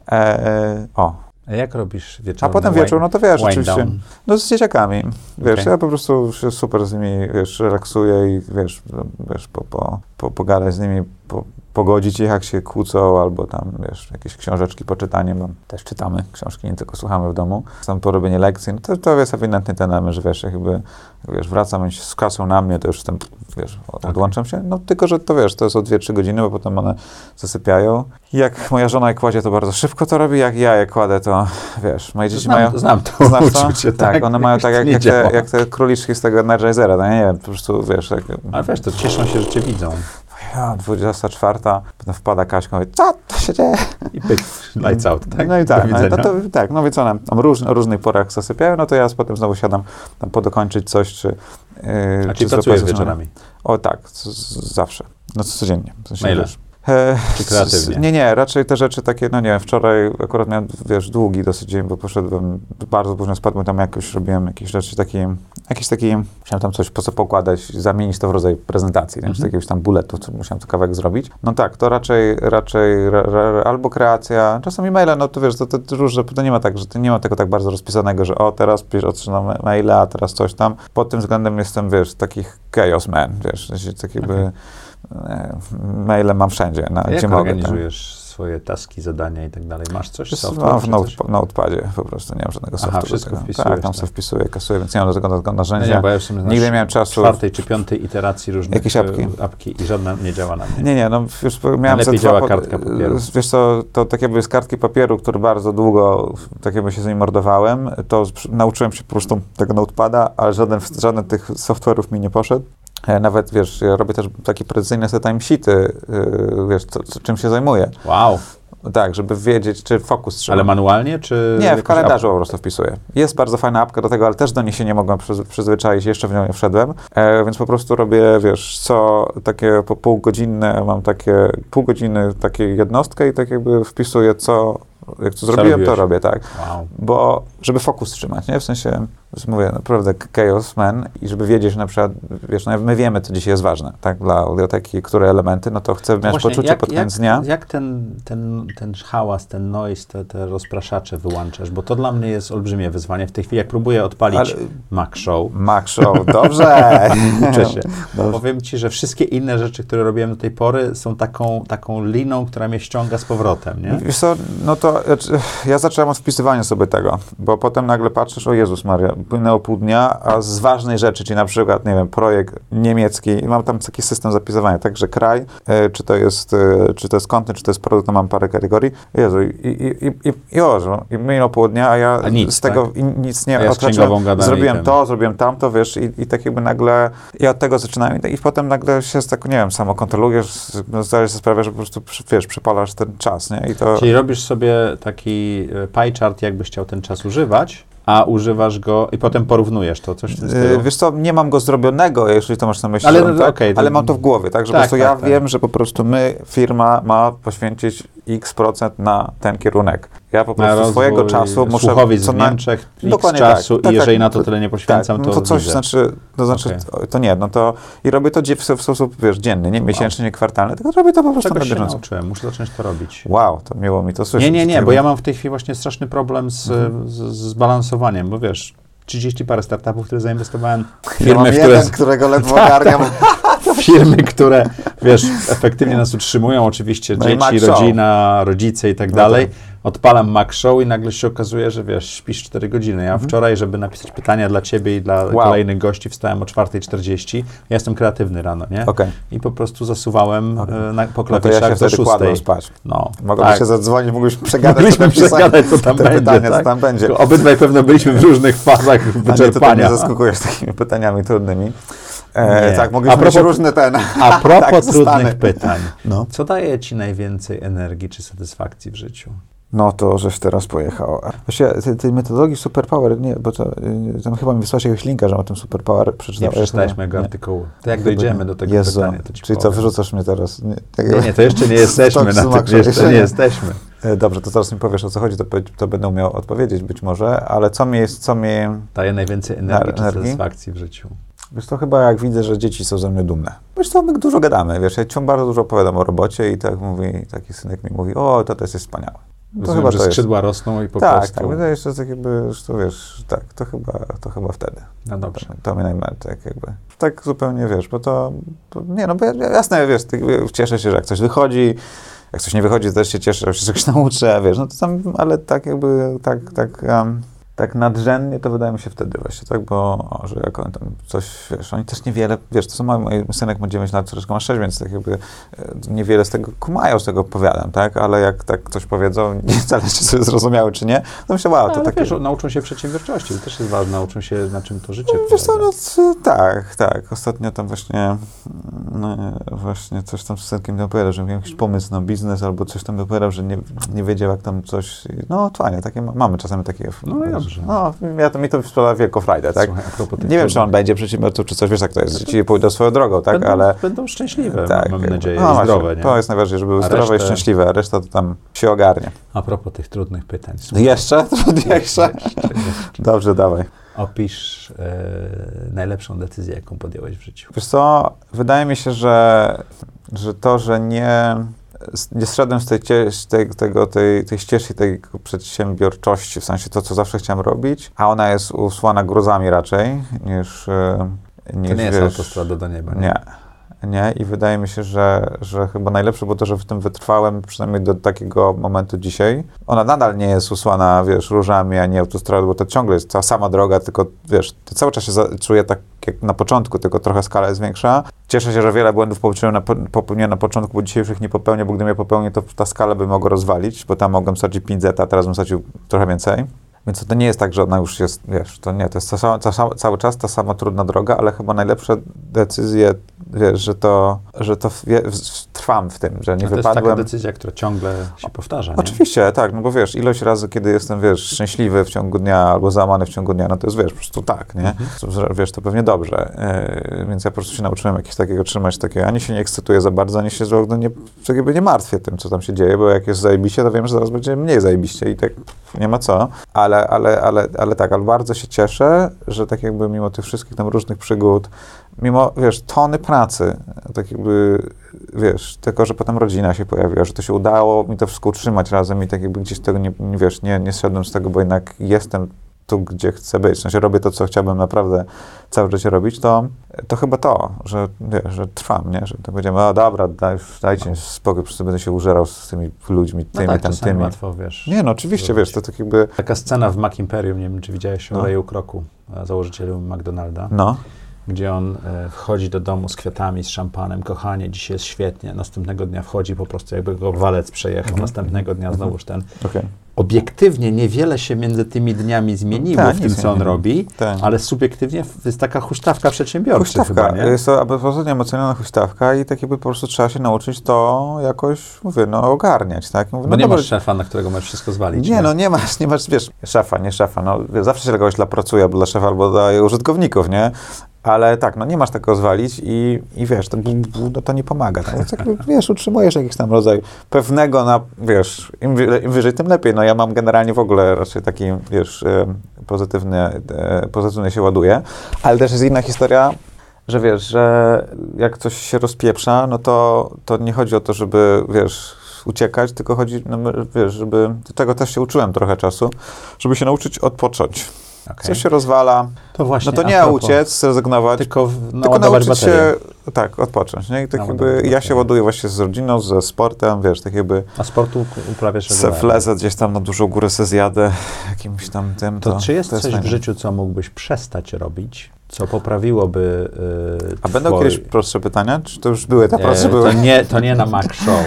A jak robisz wieczorem? A potem wieczór, no to wiesz, oczywiście, down? no z dzieciakami, wiesz, Okay. ja po prostu się super z nimi, wiesz, relaksuję i wiesz, pogadać z nimi, pogodzić ich, jak się kłócą, albo tam, wiesz, jakieś książeczki poczytanie, bo też czytamy książki, nie tylko słuchamy w domu. Tam porobienie lekcji, no to jest ewidentny ten element, że wiesz, jakby, wiesz, wracam, oni się skasują na mnie, to już tam, wiesz, odłączam się, no tylko, że to wiesz, to jest o 2-3 godziny, bo potem one zasypiają. Jak moja żona je kładzie, to bardzo szybko to robi, jak ja je kładę, to wiesz, moje dzieci mają... Znam to uczucie, tak, one mają tak jak te króliczki z tego Energizera, no nie wiem, po prostu, wiesz... Ale wiesz, to cieszą się, że cię widzą. Ja, 24, potem wpada Kaśka i mówi, co to się dzieje? I pyk, lights out, tak? No i tak, no więc one tam o różnych porach zasypiają, no to ja potem znowu siadam tam podokończyć coś, czy... A czy pracujesz wieczorami? O tak, zawsze, no codziennie. W sensie, Maile? Wiesz, czy kreatywnie? Nie, raczej te rzeczy takie, no nie wiem, wczoraj akurat miałem, wiesz, długi dosyć dzień, bo poszedłem, bardzo późno spadłem, tam jakoś robiłem jakieś rzeczy takie, musiałem tam coś pokładać, zamienić to w rodzaj prezentacji, czy jakiegoś tam bulletu, co musiałem to kawałek zrobić. No tak, to raczej albo kreacja, czasami maile, no to wiesz, to różne, to nie ma tak, że to nie ma tego tak bardzo rozpisanego, że teraz otrzymam maila, a teraz coś tam. Pod tym względem jestem, wiesz, takich chaos man, wiesz, tak jakby maile mam wszędzie, gdzie mogę. Organizujesz swoje taski, zadania i tak dalej? Masz coś? Mam w notepadzie po prostu, nie mam żadnego softu. Wszystko wpisujesz, tak, tam sobie wpisuję, kasuję, więc nie mam do tego narzędzia. Nie, bo ja już nigdy nie miałem czasu. 4. czy 5. iteracji różnych jakieś apki i żadna nie działa na mnie. Nie, no już miałem lepiej działa kartka papieru. Wiesz co, to tak jakby z kartki papieru, który bardzo długo tak jakby się z nim mordowałem, to nauczyłem się po prostu tego notepada, ale żaden tych software'ów mi nie poszedł. Nawet, wiesz, ja robię też takie precyzyjne timesheety, wiesz, czym się zajmuję. Wow. Tak, żeby wiedzieć, czy fokus trzeba. Ale manualnie, czy... Nie, w kalendarzu po prostu wpisuję. Jest bardzo fajna apka do tego, ale też do niej się nie mogłem przyzwyczaić, jeszcze w nią nie wszedłem, więc po prostu robię, wiesz, takie po półgodzinne, mam takie pół godziny takiej jednostkę i tak jakby wpisuję, jak to zrobiłem, to robię, tak. Wow. Bo, żeby fokus trzymać, nie? W sensie, mówię, naprawdę chaos man i żeby wiedzieć, że na przykład, wiesz, no my wiemy, co dzisiaj jest ważne, tak, dla audioteki, które elementy, no to chcę mieć poczucie pod koniec dnia. Jak ten hałas, ten noise, te rozpraszacze wyłączasz? Bo to dla mnie jest olbrzymie wyzwanie. W tej chwili, jak próbuję odpalić Mac Show, dobrze. Uczę się. Powiem ci, że wszystkie inne rzeczy, które robiłem do tej pory, są taką liną, która mnie ściąga z powrotem, nie? Wiesz co, no to ja zacząłem od wpisywania sobie tego, bo potem nagle patrzysz, o Jezus Maria, płynęło pół dnia, a z ważnej rzeczy, czyli na przykład, nie wiem, projekt niemiecki, mam tam taki system zapisywania, także kraj, czy to jest kontent, czy to jest produkt, to mam parę kategorii. Jezu, i minęło pół dnia, a ja z tego nic nie odhaczyłem. Zrobiłem tamto, wiesz, i tak jakby nagle, ja od tego zaczynałem i potem nagle się tak, nie wiem, samokontrolujesz, zdajesz sobie sprawę, że po prostu, wiesz, przepalasz ten czas, nie? Czyli robisz sobie taki pie chart, jakbyś chciał ten czas używać, a używasz go i potem porównujesz to, coś w tym stylu? Wiesz co, nie mam go zrobionego, jeśli to masz na myśli, ale mam to w głowie, tak, że po prostu ja wiem, że po prostu firma ma poświęcić x% na ten kierunek. Ja po prostu swojego czasu muszę... Słuchowiec w Niemczech, x czasu i jeżeli na to tyle nie poświęcam, to coś, to nie, no to i robię to w sposób, wiesz, dzienny, nie miesięczny, nie kwartalny, tylko robię to po prostu na bieżąco. Nauczyłem, muszę zacząć to robić. Wow, to miło mi to słyszeć. Nie, bo ja mam w tej chwili właśnie straszny problem z balansowaniem, bo wiesz, 30 parę startupów, które zainwestowałem. Firmy, którego ledwo ogarniam. Firmy, które, wiesz, efektywnie nas utrzymują, oczywiście dzieci, rodzina, rodzice i tak dalej. Odpalam Mac Show i nagle się okazuje, że wiesz, śpisz 4 godziny. Ja wczoraj, żeby napisać pytania dla ciebie i dla kolejnych gości, wstałem o 4:40. Ja jestem kreatywny rano, nie? I po prostu zasuwałem po klawiszach ja się do 6:00. Spać. No, mogłoby się zadzwonić, mogliśmy przegadać, co tam będzie. Pytania, co tam będzie. Obydwaj pewno byliśmy w różnych fazach wyczerpania. Nie zaskakujesz takimi pytaniami trudnymi. Tak, mogliśmy mieć różne A propos trudnych pytań, co daje ci najwięcej energii czy satysfakcji w życiu? No to, żeś teraz pojechał. Właściwie tej metodologii Superpower, nie, bo to tam chyba mi wysłałeś jakiegoś linka, że o tym Superpower przeczytałem. Nie przeczytałeś mojego artykułu. To jak dojdziemy do tego pytania, to ci Czyli co, wyrzucasz mnie teraz? Nie, to jeszcze nie jesteśmy na tym, jeszcze nie jesteśmy. Dobrze, to teraz mi powiesz, o co chodzi, to będę umiał odpowiedzieć być może, ale co mi daje najwięcej energii czy satysfakcji w życiu? Wiesz, to chyba jak widzę, że dzieci są ze mnie dumne. Wiesz co, my dużo gadamy, wiesz, ja bardzo dużo opowiadam o robocie i taki synek mi mówi, o, to jest wspaniałe. To chyba że skrzydła rosną i po prostu... Tak, wydaje się, że tak jakby, że to wiesz, tak, to chyba wtedy. No dobrze. To mnie najmniej, tak jakby. Tak zupełnie, wiesz, bo nie no, bo jasne, wiesz, cieszę się, że jak coś wychodzi, jak coś nie wychodzi, to też się cieszę, że się czegoś nauczę, wiesz, no to tam, ale tak jakby, tak nadrzędnie to wydaje mi się wtedy właśnie, tak, że jak on tam coś, wiesz, oni też niewiele, wiesz, to są mój synek ma 9 lat, córeczka ma 6, więc tak jakby niewiele z tego kumają, z tego opowiadam, tak, ale jak tak coś powiedzą, nie wcale czy sobie zrozumiały, czy nie, to myślę, wow, to takie... Wiesz, nauczą się przedsiębiorczości, to też jest ważne, nauczą się, na czym to życie wiesz co, tak, ostatnio tam właśnie coś tam z synkiem mi opowiadał, że miał jakiś pomysł na biznes, albo coś tam opowiadał, że nie wiedział, jak tam coś, no fajnie, takie mamy czasami takie... No, mi to sprawia wielką frajdę, tak? Słuchaj, nie wiem, czy on będzie przedsiębiorcą, czy coś, wiesz, jak to jest, dzieci pójdą swoją drogą, tak? Będą szczęśliwe, tak, mam nadzieję, i zdrowe, nie? To jest najważniejsze, żeby były zdrowe i szczęśliwe, a reszta to tam się ogarnie. A propos tych trudnych pytań. Jeszcze? Trudniejsze? Dobrze, dawaj. Opisz najlepszą decyzję, jaką podjąłeś w życiu. Wiesz co, wydaje mi się, że to, że nie zszedłem z tej ścieżki tej przedsiębiorczości, w sensie to, co zawsze chciałem robić, a ona jest usłana gruzami raczej, niż to nie jest autostrada do nieba, nie? Nie, i wydaje mi się, że chyba najlepsze było to, że w tym wytrwałem przynajmniej do takiego momentu dzisiaj. Ona nadal nie jest usłana, wiesz, różami, a nie autostradą, bo to ciągle jest ta sama droga, tylko, wiesz, to cały czas się czuję tak jak na początku, tylko trochę skala jest większa. Cieszę się, że wiele błędów popełniłem na początku, bo dzisiaj już ich nie popełnię, bo gdybym je popełnił, to ta skala by mogła rozwalić, bo tam mogłem stracić 5 zeta, a teraz bym stracił trochę więcej. Więc to nie jest tak, że ona już jest, wiesz, to nie, to jest cały czas ta sama trudna droga, ale chyba najlepsze decyzje, wiesz, że trwam w tym, że nie wypadłem. To jest taka decyzja, która ciągle się powtarza, nie? Oczywiście, tak, no bo wiesz, ilość razy, kiedy jestem, wiesz, szczęśliwy w ciągu dnia albo załamany w ciągu dnia, no to jest, wiesz, po prostu tak, nie? Wiesz, to pewnie dobrze. Więc ja po prostu się nauczyłem jakiegoś takiego trzymać, ani się nie ekscytuję za bardzo, ani się nie martwię tym, co tam się dzieje, bo jak jest zajebiście, to wiem, że zaraz będzie mniej zajebiście i tak nie ma co. Ale tak, ale bardzo się cieszę, że tak jakby mimo tych wszystkich tam różnych przygód, mimo, wiesz, tony pracy, tak jakby, wiesz, tylko, że potem rodzina się pojawiła, że to się udało mi to wszystko utrzymać razem i tak jakby gdzieś tego nie zszedłem z tego, bo jednak jestem tu, gdzie chcę być, w sensie robię to, co chciałbym naprawdę całe życie robić, to chyba to, że, wiesz, że trwam, nie? Że to będziemy, dobra, dajcie spokój, po prostu będę się użerał z tymi ludźmi, tymi. Łatwo, wiesz. Nie, no oczywiście, wiesz, to tak jakby... Taka scena w Mac Imperium, nie wiem, czy widziałeś o Rayu Kroku, założycielu McDonalda. No. Gdzie on wchodzi do domu z kwiatami, z szampanem, kochanie, dzisiaj jest świetnie, następnego dnia wchodzi po prostu jakby go walec przejechał, następnego dnia znowuż ten. Okay. Obiektywnie niewiele się między tymi dniami zmieniło w tym, co on robi, ale subiektywnie jest taka huśtawka przedsiębiorcza. Chyba, nie? Jest to absolutnie emocjonalna huśtawka i tak jakby po prostu trzeba się nauczyć to jakoś, ogarniać, tak? Mówię, bo nie masz szefa, na którego możesz wszystko zwalić. Nie, no nie masz, wiesz, szefa, nie szefa, no zawsze się kogoś pracuje, albo dla szefa, albo dla użytkowników, nie? Ale tak, no nie masz tego zwalić i wiesz, to nie pomaga. Tak? Więc jakby, wiesz, utrzymujesz jakiś tam rodzaj pewnego, wiesz, im wyżej, tym lepiej. No ja mam generalnie w ogóle raczej taki, wiesz, pozytywnie się ładuje, ale też jest inna historia, że wiesz, że jak coś się rozpieprza, no to nie chodzi o to, żeby, wiesz, uciekać, tylko chodzi, no, wiesz, żeby, tego też się uczyłem trochę czasu, żeby się nauczyć odpocząć. Coś się rozwala, To właśnie, no to nie uciec, zrezygnować, tylko nauczyć baterię. się, tak, odpocząć, nie? I tak jakby ja się ładuję właśnie z rodziną, ze sportem, wiesz, tak jakby... A sportu uprawiasz Se wlezę gdzieś tam na dużą górę, se zjadę jakimś tam tym, to czy jest coś fajne. w życiu, co mógłbyś przestać robić, co poprawiłoby A będą kiedyś prostsze pytania? Czy to już były te prostsze? Były? To nie na Mac Show.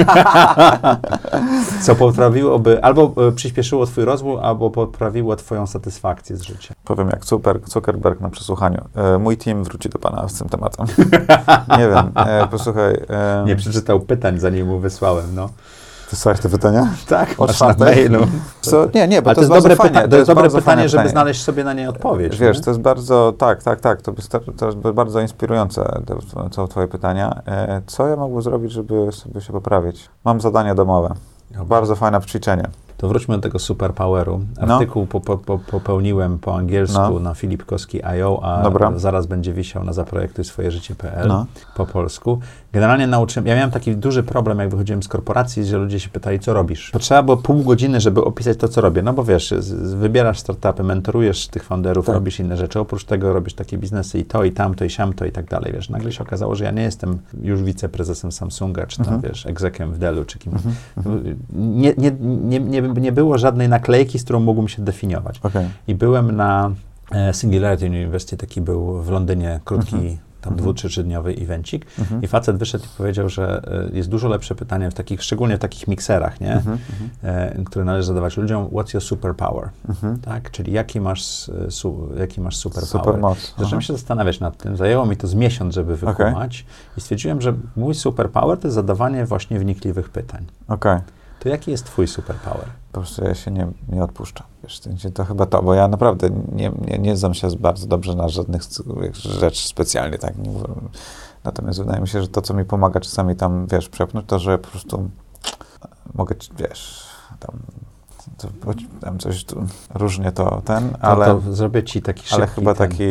Co poprawiłoby, albo przyspieszyło twój rozwój, albo poprawiło twoją satysfakcję z życia. Powiem jak Zuckerberg na przesłuchaniu. Mój team wróci do pana z tym tematem. Nie wiem, posłuchaj. Nie przeczytał pytań, zanim mu wysłałem, no. Wysłałeś te pytania? Tak, Od masz na czwartej? mailu. Nie, bo Ale to jest dobre pytanie. To jest dobre pytanie, żeby pytanie. znaleźć sobie na nie odpowiedź. Wiesz, nie? to jest bardzo, tak, to jest bardzo inspirujące, to twoje pytania. Co ja mógłbym zrobić, żeby sobie się poprawić? Mam zadanie domowe. Bardzo fajne ćwiczenie. To wróćmy do tego superpoweru. Artykuł popełniłem po angielsku na filipkowski.io, a zaraz będzie wisiał na zaprojektujswojeżycie.pl po polsku. Generalnie ja miałem taki duży problem, jak wychodziłem z korporacji, że ludzie się pytali, co robisz. Potrzeba było pół godziny, żeby opisać to, co robię. No bo wiesz, wybierasz startupy, mentorujesz tych founderów, robisz inne rzeczy. Oprócz tego robisz takie biznesy i to, i tamto, i siamto, i tak dalej. Wiesz, nagle się okazało, że ja nie jestem już wiceprezesem Samsunga, czy tam, wiesz, exekiem w Dellu, czy kimś. Nie było żadnej naklejki, z którą mógłbym się definiować. I byłem na Singularity University, taki był w Londynie krótki, tam 2- czy 3-dniowy evencik i facet wyszedł i powiedział, że jest dużo lepsze pytanie w takich, szczególnie w takich mikserach, nie? Które należy zadawać ludziom, what's your superpower? Tak? Czyli jaki masz superpower? Supermoc. Zacząłem się zastanawiać nad tym, zajęło mi to z miesiąc, żeby wykumać i stwierdziłem, że mój superpower to jest zadawanie właśnie wnikliwych pytań. To jaki jest twój superpower? Po prostu ja się nie odpuszczam. Wiesz, to chyba to, bo ja naprawdę nie znam się bardzo dobrze na żadnych rzeczy specjalnie, tak. Natomiast wydaje mi się, że to, co mi pomaga czasami tam, wiesz, przepchnąć, to, że po prostu mogę, wiesz, tam coś tu różnie ale... To zrobię ci taki szybki... Ale chyba taki...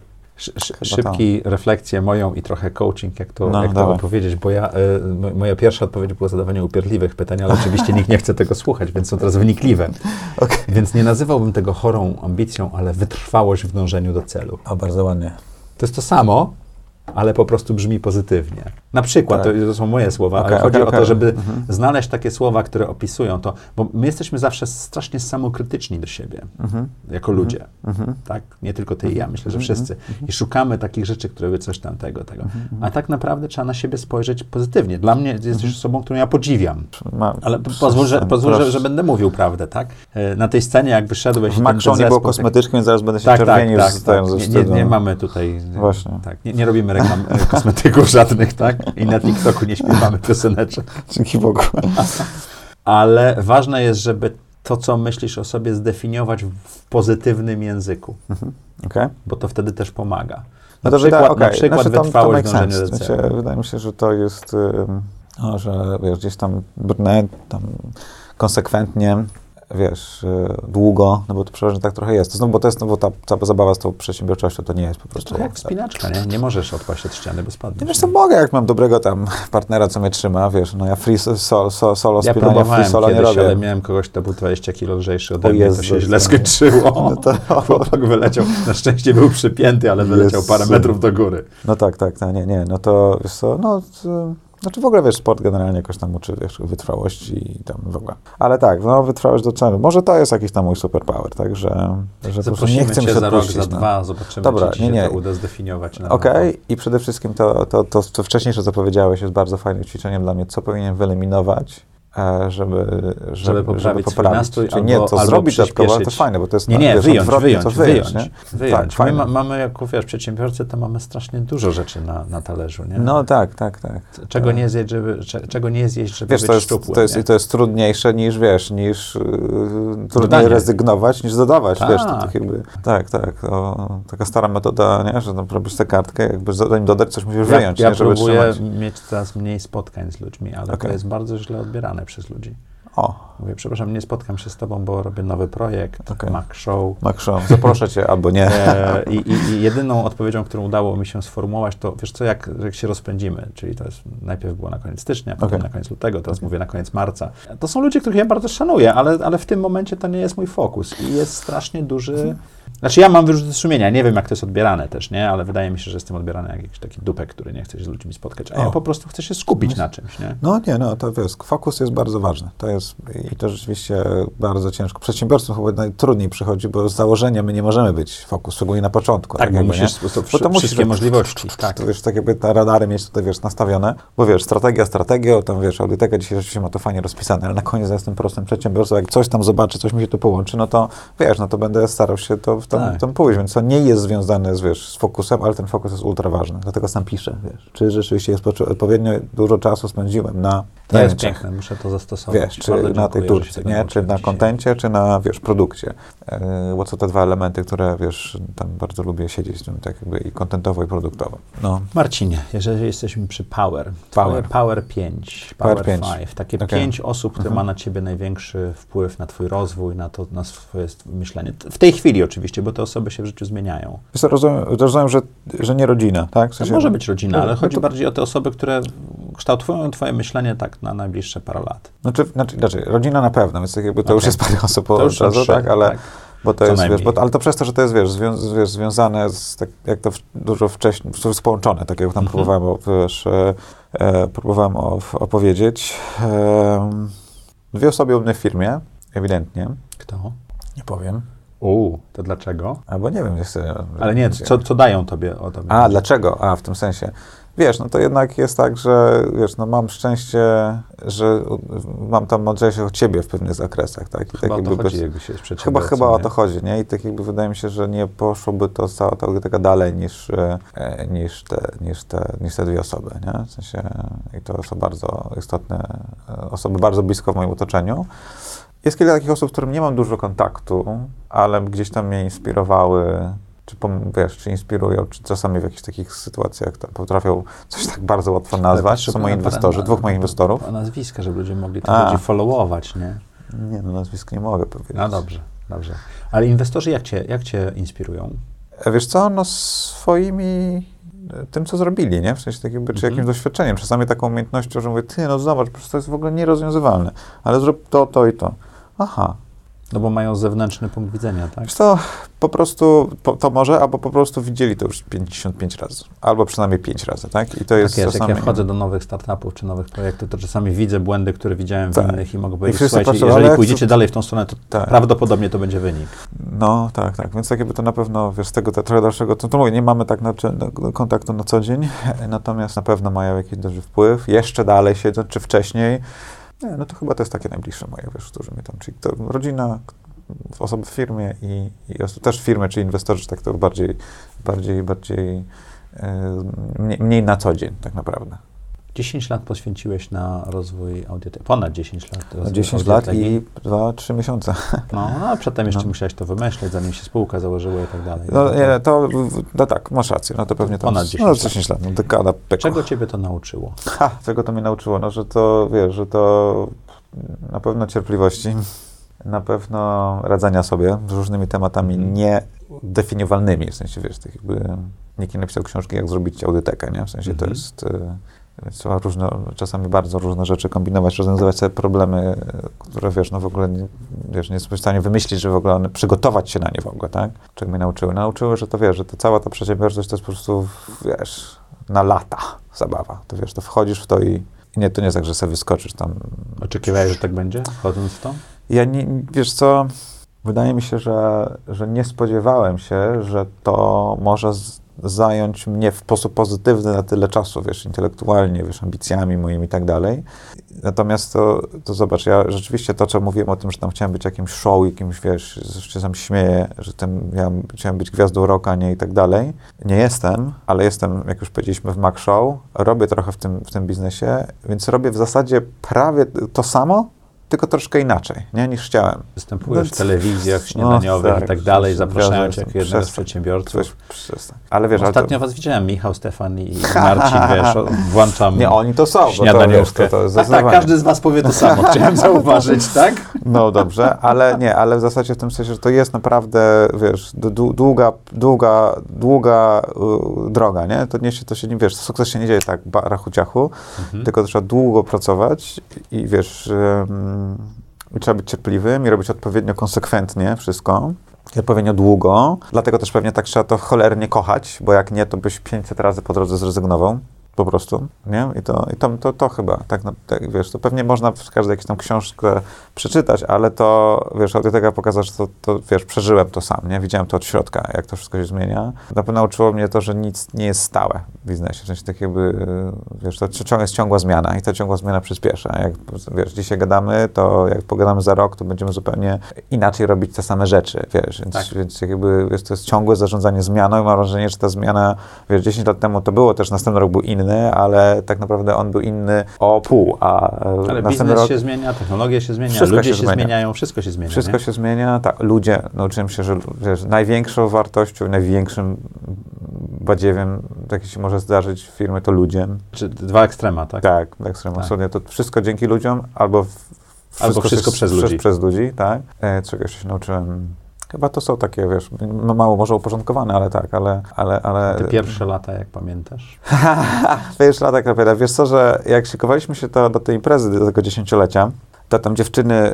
Szybki refleksję moją i trochę coaching, jak to powiedzieć, bo moja pierwsza odpowiedź była zadawanie upierdliwych pytań, ale oczywiście nikt nie chce tego słuchać, więc są teraz wnikliwe. Więc nie nazywałbym tego chorą ambicją, ale wytrwałość w dążeniu do celu. Bardzo ładnie. To jest to samo, ale po prostu brzmi pozytywnie. Na przykład, to są moje słowa, ale chodzi o to, żeby znaleźć takie słowa, które opisują to, bo my jesteśmy zawsze strasznie samokrytyczni do siebie, jako ludzie, tak? Nie tylko ty i ja, myślę, że wszyscy. I szukamy takich rzeczy, które by coś tamtego, tego. A tak naprawdę trzeba na siebie spojrzeć pozytywnie. Dla mnie jesteś osobą, którą ja podziwiam. Ale pozwól, że będę mówił prawdę, tak? Na tej scenie, jak wyszedłeś... W Mac Show nie było kosmetyczki, więc zaraz będę się czerwienił. Nie mamy tutaj... Właśnie. Nie robimy reklam kosmetyków żadnych, tak? I na TikToku nie śpiewamy pioseneczek. Dzięki Bogu. Ale ważne jest, żeby to, co myślisz o sobie, zdefiniować w pozytywnym języku. Bo to wtedy też pomaga. Na przykład wytrwałość w dążeniu do celu. Wydaje mi się, że to jest, że wiesz, gdzieś tam brnę, tam konsekwentnie, wiesz, długo, no bo to przeważnie tak trochę jest. Bo to jest, ta cała zabawa z tą przedsiębiorczością, to nie jest po prostu... To jak wspinaczka, nie? Nie możesz odpaść od ściany, bo spadniesz. Wiesz co, mogę, jak mam dobrego tam partnera, co mnie trzyma, wiesz, no ja solo ja spinania, free solo kiedyś, nie robię. Ale miałem kogoś, kto był 20 kilo lżejszy ode mnie, to się źle skończyło. Chłopak wyleciał, na szczęście był przypięty, ale wyleciał parę metrów do góry. No tak, nie, no to, wiesz co, znaczy w ogóle, wiesz, sport generalnie jakoś tam uczy, wiesz, wytrwałości i tam w ogóle. Ale tak, wytrwałość do celu. Może to jest jakiś tam mój superpower, tak, że po prostu nie chcę się za rok, za dwa, zobaczymy, czy ci się to uda zdefiniować. I przede wszystkim to wcześniejsze, co powiedziałeś, jest bardzo fajnym ćwiczeniem dla mnie, co powinien wyeliminować, żeby poprawić swój nastrój, czyli nie, to zrobić dodatkowo, ale to fajne, bo to jest... Wyjąć. Tak, my mamy, jako wiesz, przedsiębiorcy, to mamy strasznie dużo rzeczy na talerzu, nie? No tak. Czego nie zjeść, żeby wiesz, być szczupłym, to jest trudniejsze niż, wiesz, trudniej rezygnować, niż dodawać, wiesz, to tak jakby... Tak, taka stara metoda, nie, że robisz tę kartkę, jakby zanim dodać coś musisz wyjąć, ja nie, żeby próbuję trzymać. mieć coraz mniej spotkań z ludźmi, ale to jest bardzo źle odbierane przez ludzi. Mówię, przepraszam, nie spotkam się z tobą, bo robię nowy projekt, Mac Show. Zaproszę cię, albo nie. I jedyną odpowiedzią, którą udało mi się sformułować, to wiesz co, jak się rozpędzimy, czyli to jest, najpierw było na koniec stycznia, potem na koniec lutego, teraz mówię na koniec marca. To są ludzie, których ja bardzo szanuję, ale w tym momencie to nie jest mój fokus i jest strasznie duży Znaczy ja mam wyrzuty sumienia, nie wiem jak to jest odbierane też, nie? Ale wydaje mi się, że jestem odbierany jak jakiś taki dupek, który nie chce się z ludźmi spotkać, a ja po prostu chcę się skupić na czymś, nie? To wiesz, fokus jest bardzo ważny. To rzeczywiście bardzo ciężko. Przedsiębiorcom chyba najtrudniej przychodzi, bo z założenia my nie możemy być fokus, szczególnie na początku. Tak, bo musisz wszystkie możliwości. Tak. To wiesz, tak jakby te radary mieć tutaj, wiesz, nastawione, bo wiesz, strategia, tam wiesz, audyteka dzisiaj rzeczywiście ma to fajnie rozpisane, ale na koniec ja jestem prostym przedsiębiorcą, jak coś tam zobaczy, coś mi się tu połączy, no to wiesz, no to będę starał się to tam pójść, więc to nie jest związane z fokusem, ale ten fokus jest ultra ważny, dlatego sam piszę, wiesz, czy rzeczywiście jest odpowiednio dużo czasu spędziłem na to jest piękne, muszę to zastosować. Wiesz, czy na tej turce, nie? Czy na kontencie, czy na, wiesz, produkcie. Bo to te dwa elementy, które, wiesz, tam bardzo lubię siedzieć w tym, tak jakby i kontentowo, i produktowo. No. Marcinie, jeżeli jesteśmy przy Power 5, Power 5, takie 5 osób, które ma na ciebie największy wpływ na twój rozwój, na swoje myślenie. W tej chwili oczywiście, bo te osoby się w życiu zmieniają. Wiesz, rozumiem, że nie rodzina, tak? W sensie, to może być rodzina, ale chodzi bardziej o te osoby, które kształtują twoje myślenie tak na najbliższe parę lat. Znaczy, rodzina na pewno, więc tak jakby to już jest parę osób od razu, tak? Ale, bo to jest, wiesz, ale to przez to, że to jest, wiesz, związane z, tak, jak to dużo wcześniej, jest połączone, tak jak tam próbowałem opowiedzieć. Dwie osoby u mnie w firmie, ewidentnie. Kto? Nie powiem. To dlaczego? Albo nie wiem, ale nie, co dają tobie o tobie? Dlaczego? W tym sensie. Wiesz, no to jednak jest tak, że wiesz, no mam szczęście, że mam tam mądrzejszych od ciebie w pewnych zakresach, tak? I chyba tak o to chodzi, jakby się jest przedsiębiorcą. Chyba o to chodzi, nie? I tak jakby wydaje mi się, że nie poszłoby to cała ta audyteka dalej niż te dwie osoby, nie? W sensie, i to są bardzo istotne osoby, bardzo blisko w moim otoczeniu. Jest kilka takich osób, z którymi nie mam dużo kontaktu, ale gdzieś tam mnie inspirowały, czy inspirują, czy czasami w jakichś takich sytuacjach potrafią coś tak bardzo łatwo nazwać. To są moi inwestorzy, dwóch moich inwestorów. A nazwiska, żeby ludzie mogli to bardziej followować, nie? Nie, no nazwisk nie mogę powiedzieć. No dobrze. Ale inwestorzy jak cię inspirują? Wiesz co, no tym, co zrobili, nie? W sensie tak jakby, czy jakimś doświadczeniem. Czasami taką umiejętnością, że mówię, no zobacz, to jest w ogóle nierozwiązywalne, ale zrób to i to. Aha. No bo mają zewnętrzny punkt widzenia, tak? Wiesz co, po prostu to może, albo po prostu widzieli to już 55 razy, albo przynajmniej 5 razy, tak? I to jest czasami... Jak ja wchodzę do nowych startupów czy nowych projektów, to czasami widzę błędy, które widziałem w innych i mogę powiedzieć, słuchajcie, jeżeli pójdziecie dalej w tą stronę, to prawdopodobnie to będzie wynik. No, tak. Więc tak jakby to na pewno, wiesz, z tego trochę dalszego, to mówię, nie mamy tak kontaktu na co dzień, natomiast na pewno mają jakiś duży wpływ. Jeszcze dalej siedzą, czy wcześniej. Nie, no to chyba to jest takie najbliższe moje, wiesz, którzy mi tam, czyli to rodzina, osoby w firmie i też firmy, czy inwestorzy, tak to mniej na co dzień, tak naprawdę. 10 lat poświęciłeś na rozwój audioteki. Ponad 10 lat. 10 lat i 2-3 miesiące. No, przedtem jeszcze musiałeś to wymyśleć, zanim się spółka założyła i tak dalej. No tak, masz rację. No to pewnie ponad 10 lat. No dekada pekła. Czego ciebie to nauczyło? Czego to mnie nauczyło? No, że to, wiesz, że to na pewno cierpliwości, na pewno radzenia sobie z różnymi tematami niedefiniowalnymi. W sensie, wiesz, tak jakby nikt nie napisał książki, jak zrobić audytekę, nie? W sensie to jest... Trzeba czasami bardzo różne rzeczy kombinować, rozwiązywać sobie problemy, które, wiesz, no w ogóle nie jesteś w stanie wymyślić, że w ogóle przygotować się na nie w ogóle, tak? Czego mnie nauczyły? Nauczyły, że to, wiesz, że cała ta przedsiębiorczość to jest po prostu, wiesz, na lata zabawa. To, wiesz, to wchodzisz w to i nie, to nie jest tak, że sobie wyskoczysz tam. Oczekiwałeś, że tak będzie, wchodząc w to? Ja nie, wiesz co, wydaje mi się, że nie spodziewałem się, że to może zająć mnie w sposób pozytywny na tyle czasu, wiesz, intelektualnie, wiesz, ambicjami moimi i tak dalej. Natomiast to zobacz, ja rzeczywiście to, co mówiłem o tym, że tam chciałem być jakimś show, jakimś, wiesz, się tam śmieję, że ja chciałem być gwiazdą rocka, nie i tak dalej. Nie jestem, ale jestem, jak już powiedzieliśmy, w Mac Show. Robię trochę w tym biznesie, więc robię w zasadzie prawie to samo, tylko troszkę inaczej, nie, niż chciałem. Występujesz w telewizjach śniadaniowych i tak dalej, zapraszają cię jako jednego z przedsiębiorców. Ale wiesz, ostatnio was widziałem, Michał, Stefan i Marcin, wiesz, włączam nie, oni to są, śniadaniówkę. Tak, każdy z was powie to samo, chciałem zauważyć, tak? No dobrze, ale w zasadzie w tym sensie, że to jest naprawdę, wiesz, długa droga, nie? To się nie, wiesz, sukces się nie dzieje tak rachu ciachu, tylko trzeba długo pracować i wiesz, i trzeba być cierpliwym i robić odpowiednio konsekwentnie wszystko. odpowiednio długo, dlatego też pewnie tak trzeba to cholernie kochać, bo jak nie, to byś 500 razy po drodze zrezygnował. Po prostu, nie? I to chyba, tak, wiesz, to pewnie można w każdej jakiejś tam książkę przeczytać, ale to, wiesz, audioteka pokazała, że to, wiesz, przeżyłem to sam, nie? Widziałem to od środka, jak to wszystko się zmienia. Na pewno nauczyło mnie to, że nic nie jest stałe w biznesie, w sensie tak jakby, wiesz, to jest ciągła zmiana i ta ciągła zmiana przyspiesza. Jak, wiesz, dzisiaj gadamy, to jak pogadamy za rok, to będziemy zupełnie inaczej robić te same rzeczy, wiesz, więc jakby, wiesz, to jest ciągłe zarządzanie zmianą i mam wrażenie, że ta zmiana, wiesz, 10 lat temu to było, też następny rok był inny, ale tak naprawdę on był inny o pół, ale biznes się zmienia, technologia się zmienia, ludzie się zmieniają, wszystko się zmienia. Wszystko się zmienia, tak. Ludzie, nauczyłem się, że wiesz, największą wartością, największym badziewiem, jaki się może zdarzyć w firmie, to ludzie. Czy dwa ekstrema, tak? Tak, ekstrema. Tak. To wszystko dzięki ludziom, albo wszystko przez ludzi, tak. Czego jeszcze się nauczyłem? Chyba to są takie, wiesz, mało może uporządkowane, ale tak, ale... Te pierwsze lata, jak pamiętasz? Pierwsze lata, jak pamiętam. Wiesz co, że jak szykowaliśmy się do tej imprezy, do tego 10-lecia, to tam dziewczyny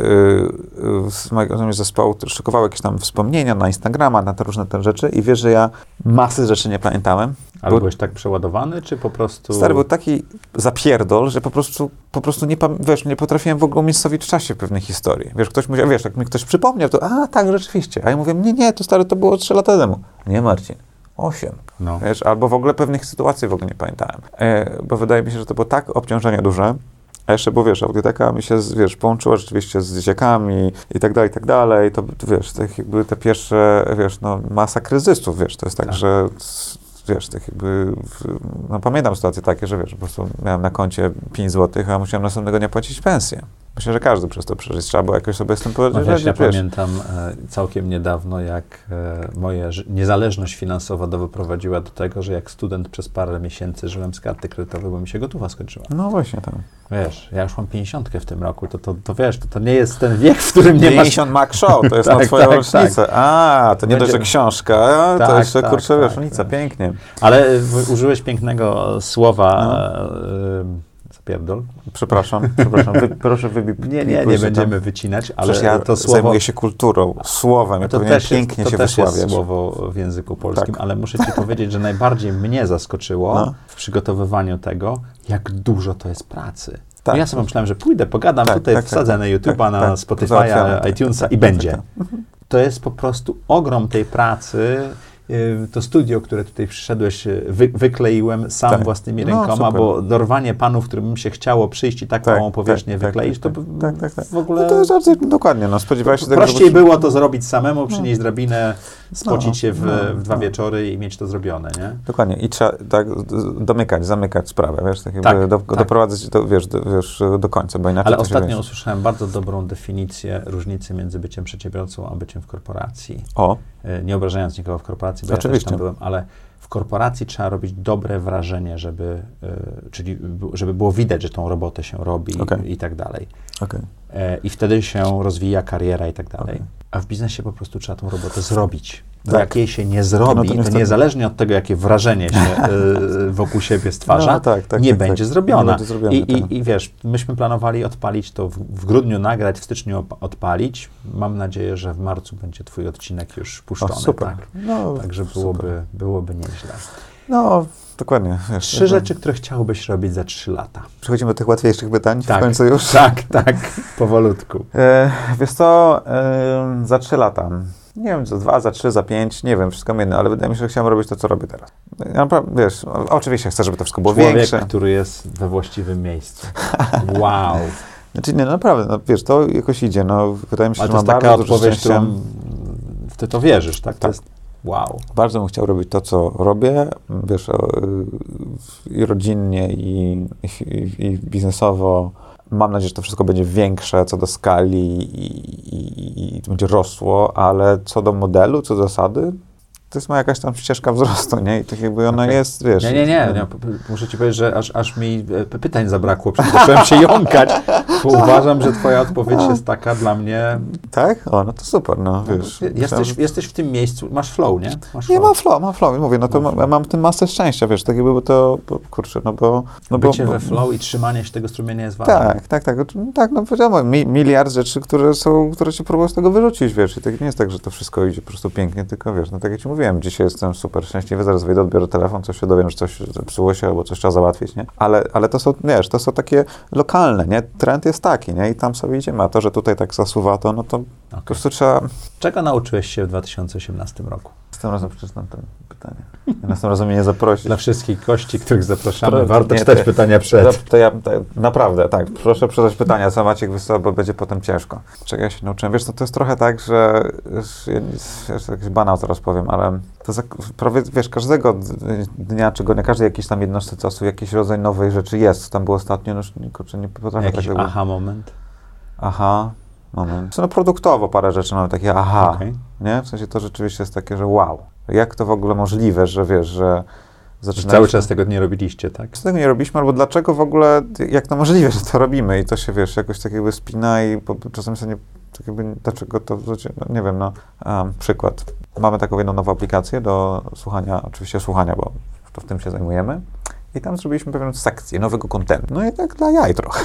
z mojego zespołu szykowały jakieś tam wspomnienia na Instagrama, na te różne te rzeczy i wiesz, że ja masy rzeczy nie pamiętałem. Ale byłeś tak przeładowany, czy po prostu... Stary, był taki zapierdol, że po prostu nie potrafiłem w ogóle umiejscowić w czasie pewnej historii. Wiesz, ktoś musiał, wiesz, jak mi ktoś przypomniał, to tak, rzeczywiście. A ja mówię, nie, to stary, to było 3 lata temu. Nie, Marcin, 8. No. Wiesz, albo w ogóle pewnych sytuacji w ogóle nie pamiętałem. Bo wydaje mi się, że to było tak obciążenie duże, a jeszcze, bo wiesz, audioteka mi się, wiesz, połączyła rzeczywiście z dzieciakami i tak dalej, to wiesz, tak jakby te pierwsze, wiesz, no, masa kryzysów, wiesz, to jest tak, że wiesz, tak jakby, no pamiętam sytuacje takie, że wiesz, po prostu miałem na koncie 5 zł, a musiałem następnego dnia płacić pensję. Myślę, że każdy przez to przeżyć. Trzeba było jakoś sobie z tym powiedzieć. Ja pamiętam całkiem niedawno, jak moja niezależność finansowa doprowadziła do tego, że jak student przez parę miesięcy żyłem z karty kredytowej, bo mi się gotówka skończyła. No właśnie, tak. Wiesz, ja już mam 50 w tym roku, to wiesz, to nie jest ten wiek, w którym nie masz... 50 Mac Show, to jest na twoją rocznicę. To nie dość, że książka, to jeszcze, kurczę, wiesz, rocznica, pięknie. Ale użyłeś pięknego słowa... Pierdol. Przepraszam, proszę wybić. Nie będziemy wycinać, ale przecież ja to słowo... zajmuję się kulturą, słowem, ja powinienem pięknie się wysławiać. To też jest słowo w języku polskim, ale muszę ci powiedzieć, że najbardziej mnie zaskoczyło w przygotowywaniu tego, jak dużo to jest pracy. Tak. Ja sobie myślałem, że pójdę, pogadam, wsadzę na YouTube'a, na Spotify'a, iTunesa i będzie. To jest po prostu ogrom tej pracy. To studio, które tutaj przyszedłeś, wykleiłem sam własnymi rękoma, bo dorwanie panów, którym bym się chciało przyjść i taką powierzchnię wykleić, to w ogóle... No to jest dokładnie, spodziewałeś się tego, prościej było to zrobić samemu, przynieść drabinę, spocić się w 2 wieczory i mieć to zrobione, nie? Dokładnie. I trzeba tak zamykać sprawę, wiesz, tak jakby doprowadzać do końca, bo inaczej... Ale ostatnio usłyszałem bardzo dobrą definicję różnicy między byciem przedsiębiorcą a byciem w korporacji. Nie obrażając nikogo w korporacji, bo ja też tam byłem, ale w korporacji trzeba robić dobre wrażenie, żeby było widać, że tą robotę się robi i tak dalej. I wtedy się rozwija kariera i tak dalej. A w biznesie po prostu trzeba tą robotę zrobić. Bo jak jej się nie zrobi, to niezależnie od tego, jakie wrażenie się wokół siebie stwarza, nie będzie zrobiona. I wiesz, myśmy planowali odpalić to w grudniu, nagrać, w styczniu odpalić. Mam nadzieję, że w marcu będzie twój odcinek już puszczony. Super. Także byłoby nieźle. Dokładnie. 3 rzeczy, które chciałbyś robić za 3 lata. Przechodzimy do tych łatwiejszych pytań w końcu już? Tak, powolutku. Wiesz co, za 3 lata. Nie wiem, za 2, za 3, za 5, nie wiem, wszystko inne, ale wydaje mi się, że chciałem robić to, co robię teraz. Ja naprawdę, wiesz, oczywiście chcę, żeby to wszystko było większe. Człowiek, który jest we właściwym miejscu. Wow. Znaczy nie, naprawdę, wiesz, to jakoś idzie, wydaje mi się, ale że to jest taka odpowiedź, którą ty to wierzysz, tak? To jest wow. Bardzo bym chciał robić to, co robię, wiesz, i rodzinnie, i biznesowo. Mam nadzieję, że to wszystko będzie większe co do skali i będzie rosło, ale co do modelu, co do zasady, to jest moja jakaś tam ścieżka wzrostu, nie? I tak jakby ona jest, wiesz... Nie. Muszę ci powiedzieć, że aż mi pytań zabrakło, zacząłem się jąkać, bo uważam, że twoja odpowiedź jest taka dla mnie... Tak? O, no to super, no, wiesz. Jesteś w tym miejscu, masz flow, nie? Nie, mam flow, mówię, no to mam w tym masę szczęścia, wiesz, tak jakby, kurczę, Bycie we flow i trzymanie się tego strumienia jest ważne. Tak, no powiedziałem, miliard rzeczy, które się próbują z tego wyrzucić, wiesz, i tak nie jest tak, że to wszystko idzie po prostu pięknie, tylko wiesz, no tak jak ci mówiłem, dzisiaj jestem super szczęśliwy, zaraz wyjdę, odbiorę telefon, coś się dowiem, że coś zepsuło się, albo coś trzeba załatwić, nie? Ale to są, wiesz, to są takie lokalne, nie? Trend jest taki, nie? I tam sobie idziemy, a to, że tutaj tak zasuwa, to no to po prostu trzeba... Czego nauczyłeś się w 2018 roku? Następnym razem przeczytam to pytanie. Następnym razem mnie nie zaprosić. Dla wszystkich gości, których zapraszamy, warto czytać pytania przed. Naprawdę, tak. Proszę przeczytać pytania, co Maciek wysłał, bo będzie potem ciężko. Czego ja się nauczyłem? Wiesz, to jest trochę tak, że jakiś banał teraz powiem, ale to prawie, wiesz, każdego dnia, czy na każdej jakiejś tam jednostce czasu jakiś rodzaj nowej rzeczy jest. Tam było ostatnio, no nie potrafię jakiś takiego... aha moment? Aha moment. No produktowo parę rzeczy mamy takie aha, nie? W sensie to rzeczywiście jest takie, że wow. Jak to w ogóle możliwe, że wiesz, że zaczynaliśmy... Cały czas tego nie robiliście, tak? Tego nie robiliśmy, albo dlaczego w ogóle, jak to możliwe, że to robimy i to się, wiesz, jakoś tak jakby spina i czasem sobie nie, tak jakby, dlaczego to, no, nie wiem, no, przykład. Mamy taką jedną nową aplikację do słuchania, oczywiście słuchania, bo to w tym się zajmujemy. I tam zrobiliśmy pewną sekcję nowego kontentu. No i tak dla jaj trochę.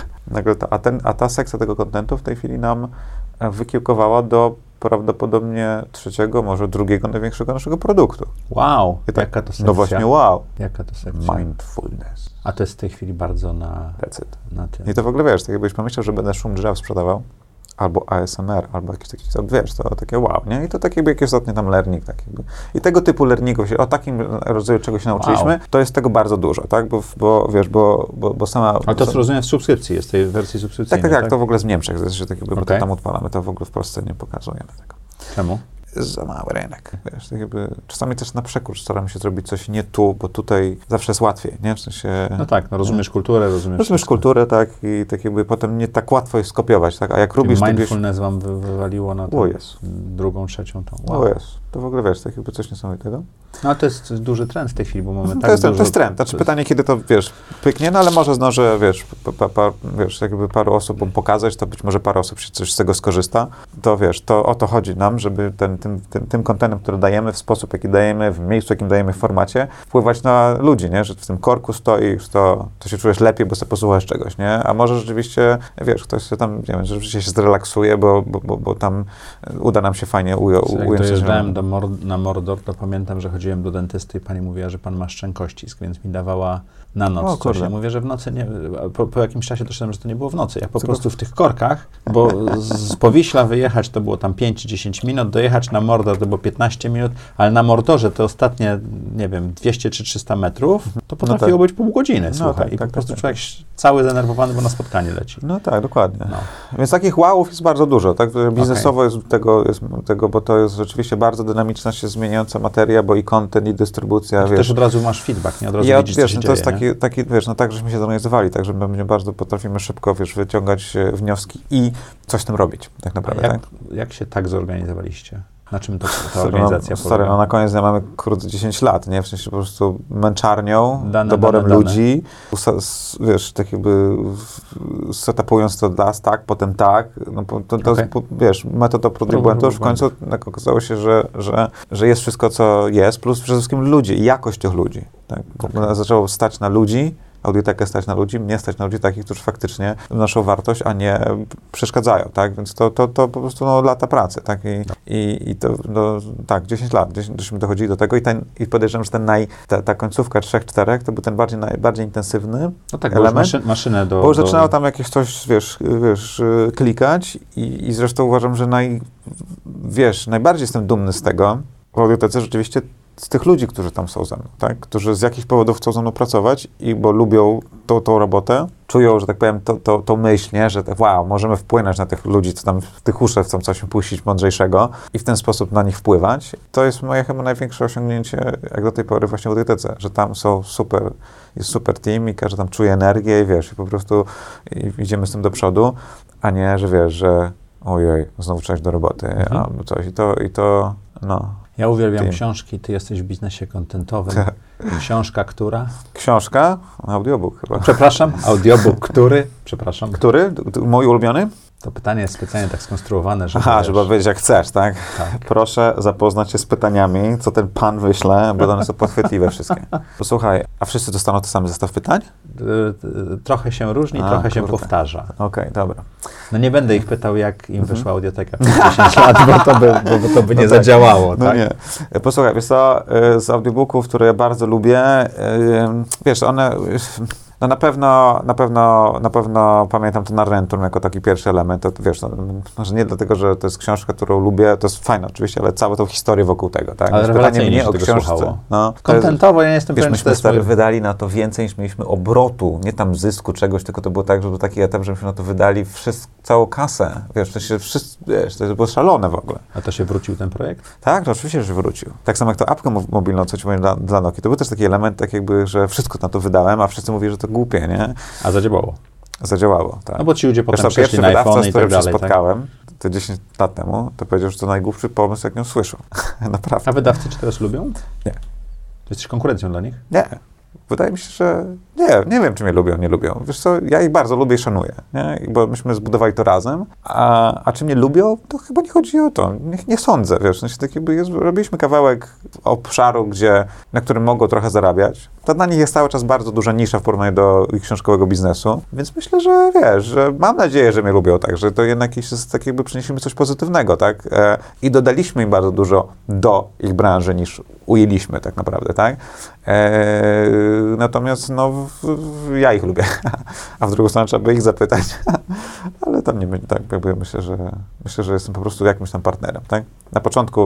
A ta sekcja tego kontentu w tej chwili nam wykiełkowała do prawdopodobnie trzeciego, może drugiego największego naszego produktu. Wow, tak, jaka to sekcja? No właśnie wow. Jaka to sekcja? Mindfulness. A to jest w tej chwili bardzo na tym. I to w ogóle, wiesz, tak jakbyś pomyślał, że będę szum drzew sprzedawał, albo ASMR, albo jakiś taki, wiesz, to takie wow, nie? I to tak jakby jakiś ostatni tam learning, tak jakby. I tego typu learningów o takim rodzaju czegoś się nauczyliśmy, to jest tego bardzo dużo, tak? Bo wiesz, bo sama... Ale to, co rozumiem, w subskrypcji jest, tej wersji subskrypcyjnej, tak? To w ogóle z Niemczech, że tak jakby, bo to tam odpalamy, to w ogóle w Polsce nie pokazujemy tego. Czemu? Za mały rynek, wiesz, tak jakby czasami też na przekór staramy się zrobić coś nie tu, bo tutaj zawsze jest łatwiej, nie? W sensie... No tak, no rozumiesz kulturę, rozumiesz kulturę, tak, i tak jakby potem nie tak łatwo jest skopiować, tak, a jak lubisz... Mindfulness wam wywaliło na drugą, trzecią tą. Wow. To w ogóle, wiesz, tak jakby coś niesamowitego. No a to jest duży trend w tej chwili, bo mamy to jest trend, znaczy pytanie, kiedy to, wiesz, pyknie, no ale może zdążę, wiesz, jakby paru osobom pokazać, to być może parę osób się coś z tego skorzysta, to wiesz, to o to chodzi nam, żeby tym kontentem, który dajemy, w sposób, jaki dajemy, w miejscu, jakim dajemy, w formacie, wpływać na ludzi, nie, że w tym korku stoisz, to się czujesz lepiej, bo sobie posłuchasz czegoś, nie, a może rzeczywiście, wiesz, ktoś się tam, nie wiem, rzeczywiście się zrelaksuje, bo tam uda nam się fajnie ująć. Jak dojeżdżałem na Mordor, to pamiętam, że chodziłem do dentysty i pani mówiła, że pan ma szczękościsk, więc mi dawała na noc coś. Ja mówię, że w nocy nie... Po jakimś czasie doszedłem, że to nie było w nocy. Jak po prostu w tych korkach, bo z Powiśla wyjechać to było tam 5-10 minut, dojechać na Mordor to było 15 minut, ale na Mordorze te ostatnie, nie wiem, 200 czy 300 metrów, to potrafiło być pół godziny, słuchaj. I po prostu człowiek cały zdenerwowany, bo na spotkanie leci. No tak, dokładnie. No. Więc takich wowów jest bardzo dużo, tak? Biznesowo jest tego, bo to jest rzeczywiście bardzo dynamiczna, się zmieniająca materia, bo i content, i dystrybucja, wiesz. Też od razu masz feedback, nie? Od razu widzisz, co się dzieje, to jest taki, wiesz, no tak, żeśmy się zorganizowali, tak, że my bardzo potrafimy szybko, wiesz, wyciągać wnioski i coś z tym robić, tak naprawdę. Jak się tak zorganizowaliecie? Na czym ta organizacja polega? No na koniec dnia mamy 10 lat, nie? W sensie po prostu męczarnią, doborem ludzi, wiesz, tak jakby setupując to tak, potem tak, no to wiesz, metoda prób i błędów, w końcu tak okazało się, że jest wszystko, co jest, plus przede wszystkim ludzie i jakość tych ludzi, tak? Zaczęło stać na ludzi, Audiotekę stać na ludzi, mnie stać na ludzi takich, którzy faktycznie wnoszą wartość, a nie przeszkadzają, tak? Więc to po prostu lata pracy, tak? I to, tak, 10 lat, żeśmy dochodzili do tego i podejrzewam, że ta końcówka 3-4 to był ten najbardziej intensywny element. Maszynę bo już zaczynało tam jakieś coś, wiesz, klikać i zresztą uważam, że najbardziej jestem dumny z tego w audiotece rzeczywiście z tych ludzi, którzy tam są ze mną, tak? Którzy z jakichś powodów chcą ze mną pracować bo lubią tą robotę, czują, że tak powiem, tą myśl, nie? Że wow, możemy wpłynąć na tych ludzi, co tam w tych uszach chcą coś puścić mądrzejszego i w ten sposób na nich wpływać. To jest moje chyba największe osiągnięcie, jak do tej pory właśnie w audiotece, że tam jest super team i każdy tam czuje energię i wiesz, i po prostu idziemy z tym do przodu, a nie, że wiesz, że ojej, znowu trzeba iść do roboty albo coś i to Ja uwielbiam Team. książki, ty jesteś w biznesie kontentowym. Książka, która? Książka, audiobook chyba. Przepraszam, audiobook, który? Przepraszam. Który? Mój ulubiony? To pytanie jest specjalnie tak skonstruowane, żeby... Aha, wiesz, żeby powiedzieć jak chcesz, tak? Tak. Proszę zapoznać się z pytaniami, co ten pan wyśle, bo one są podchwytliwe wszystkie. Posłuchaj, a wszyscy dostaną ten sam zestaw pytań? Trochę się różni, trochę się powtarza. Okej, dobra. No nie będę ich pytał, jak im wyszła audioteka przez 10 lat, bo to by nie tak. zadziałało, No tak? nie. Posłuchaj, wiesz co, z audiobooków, które ja bardzo lubię, wiesz, one... No na pewno pamiętam to Narrentum jako taki pierwszy element. To wiesz, może nie dlatego, że to jest książka, którą lubię, to jest fajne oczywiście, ale całą tą historię wokół tego, tak? Ale rewelacyjnie się tego słuchało. No, Kontentowo, ja nie jestem wiesz, pewien, czy to myśmy jest mój... wydali na to więcej niż mieliśmy obrotu, nie tam zysku czegoś, tylko to było tak, że był taki etap, że myśmy na to wydali całą kasę. Wiesz, wiesz, to było szalone w ogóle. A to się wrócił ten projekt? Tak, to oczywiście, że wrócił. Tak samo jak to apkę mobilną, co ci powiem dla Nokii. To był też taki element, tak jakby, że wszystko na to wydałem, a wszyscy mówili, że to głupie, nie? A zadziałało. Zadziałało, tak. No bo ci ludzie potem Zresztą przeszli pierwszy na wydawca, iPhone z i którym tak się dalej. spotkałem, to 10 lat temu, to powiedział, że to najgłupszy pomysł, jak ją słyszał. Naprawdę. A wydawcy cię teraz lubią? Nie. Jesteś konkurencją dla nich? Nie. Wydaje mi się, że nie wiem, czy mnie lubią, nie lubią. Wiesz co, ja ich bardzo lubię i szanuję, nie? Bo myśmy zbudowali to razem, a czy mnie lubią, to chyba nie chodzi o to. Nie sądzę, wiesz, w sensie tak jakby robiliśmy kawałek obszaru, na którym mogą trochę zarabiać. To dla nich jest cały czas bardzo duża nisza w porównaniu do ich książkowego biznesu, więc myślę, że wiesz, że mam nadzieję, że mnie lubią tak, że to jednak jest tak jakby przynieśliśmy coś pozytywnego, tak? I dodaliśmy im bardzo dużo do ich branży niż ujęliśmy tak naprawdę, tak? Natomiast no, ja ich lubię, a w drugą stronę trzeba by ich zapytać, ale tam nie będzie tak, jakby myślę, że jestem po prostu jakimś tam partnerem, tak? Na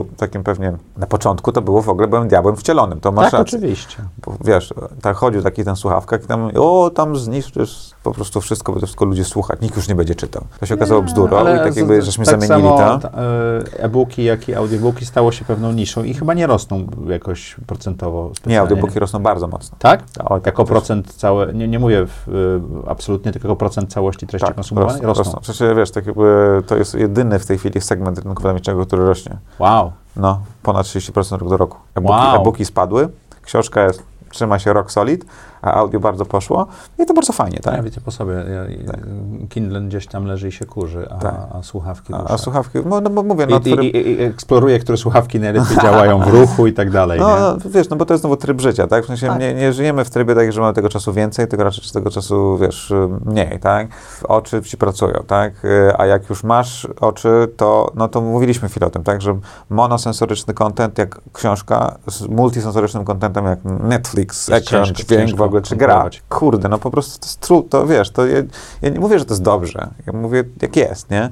początku to było w ogóle, byłem diabłem wcielonym, to masz Tak, rację. oczywiście. Bo, wiesz, tak chodził taki ten słuchawkach i tam, tam zniszczysz po prostu wszystko, bo to wszystko ludzie słuchać, nikt już nie będzie czytał. To się okazało bzdurą i tak jakby, żeśmy zamienili to. E-booki, jak i audiobooki stało się pewną niszą i chyba nie rosną jakoś procentowo specjalnie. Nie, audiobooki rosną bardzo mocno. Tak? O, jako procent całe, nie mówię absolutnie, tylko jako procent całości treści konsumowanej rosną. Przecież wiesz, tak jakby to jest jedyny w tej chwili segment rynku wydawniczego, który rośnie. Wow. No, ponad 30% rok do roku. Wow. E-booki spadły, książka trzyma się rock solid, a audio bardzo poszło i to bardzo fajnie, tak? Ja widzę po sobie, Kindle gdzieś tam leży i się kurzy, a słuchawki rusza. A słuchawki, no mówię, I eksploruje, które słuchawki najlepiej działają w ruchu i tak dalej. No wiesz, no bo to jest znowu tryb życia, tak? W sensie tak. Nie żyjemy w trybie tak, że mamy tego czasu więcej, tylko raczej tego czasu, wiesz, mniej, tak? Oczy ci pracują, tak? A jak już masz oczy, to mówiliśmy chwilę o tym, tak? Że monosensoryczny content jak książka z multisensorycznym contentem jak Netflix, ekran, dźwięk w ogóle, czy gra. Kurde, no po prostu to jest to wiesz, to ja nie mówię, że to jest dobrze. Ja mówię, jak jest, nie?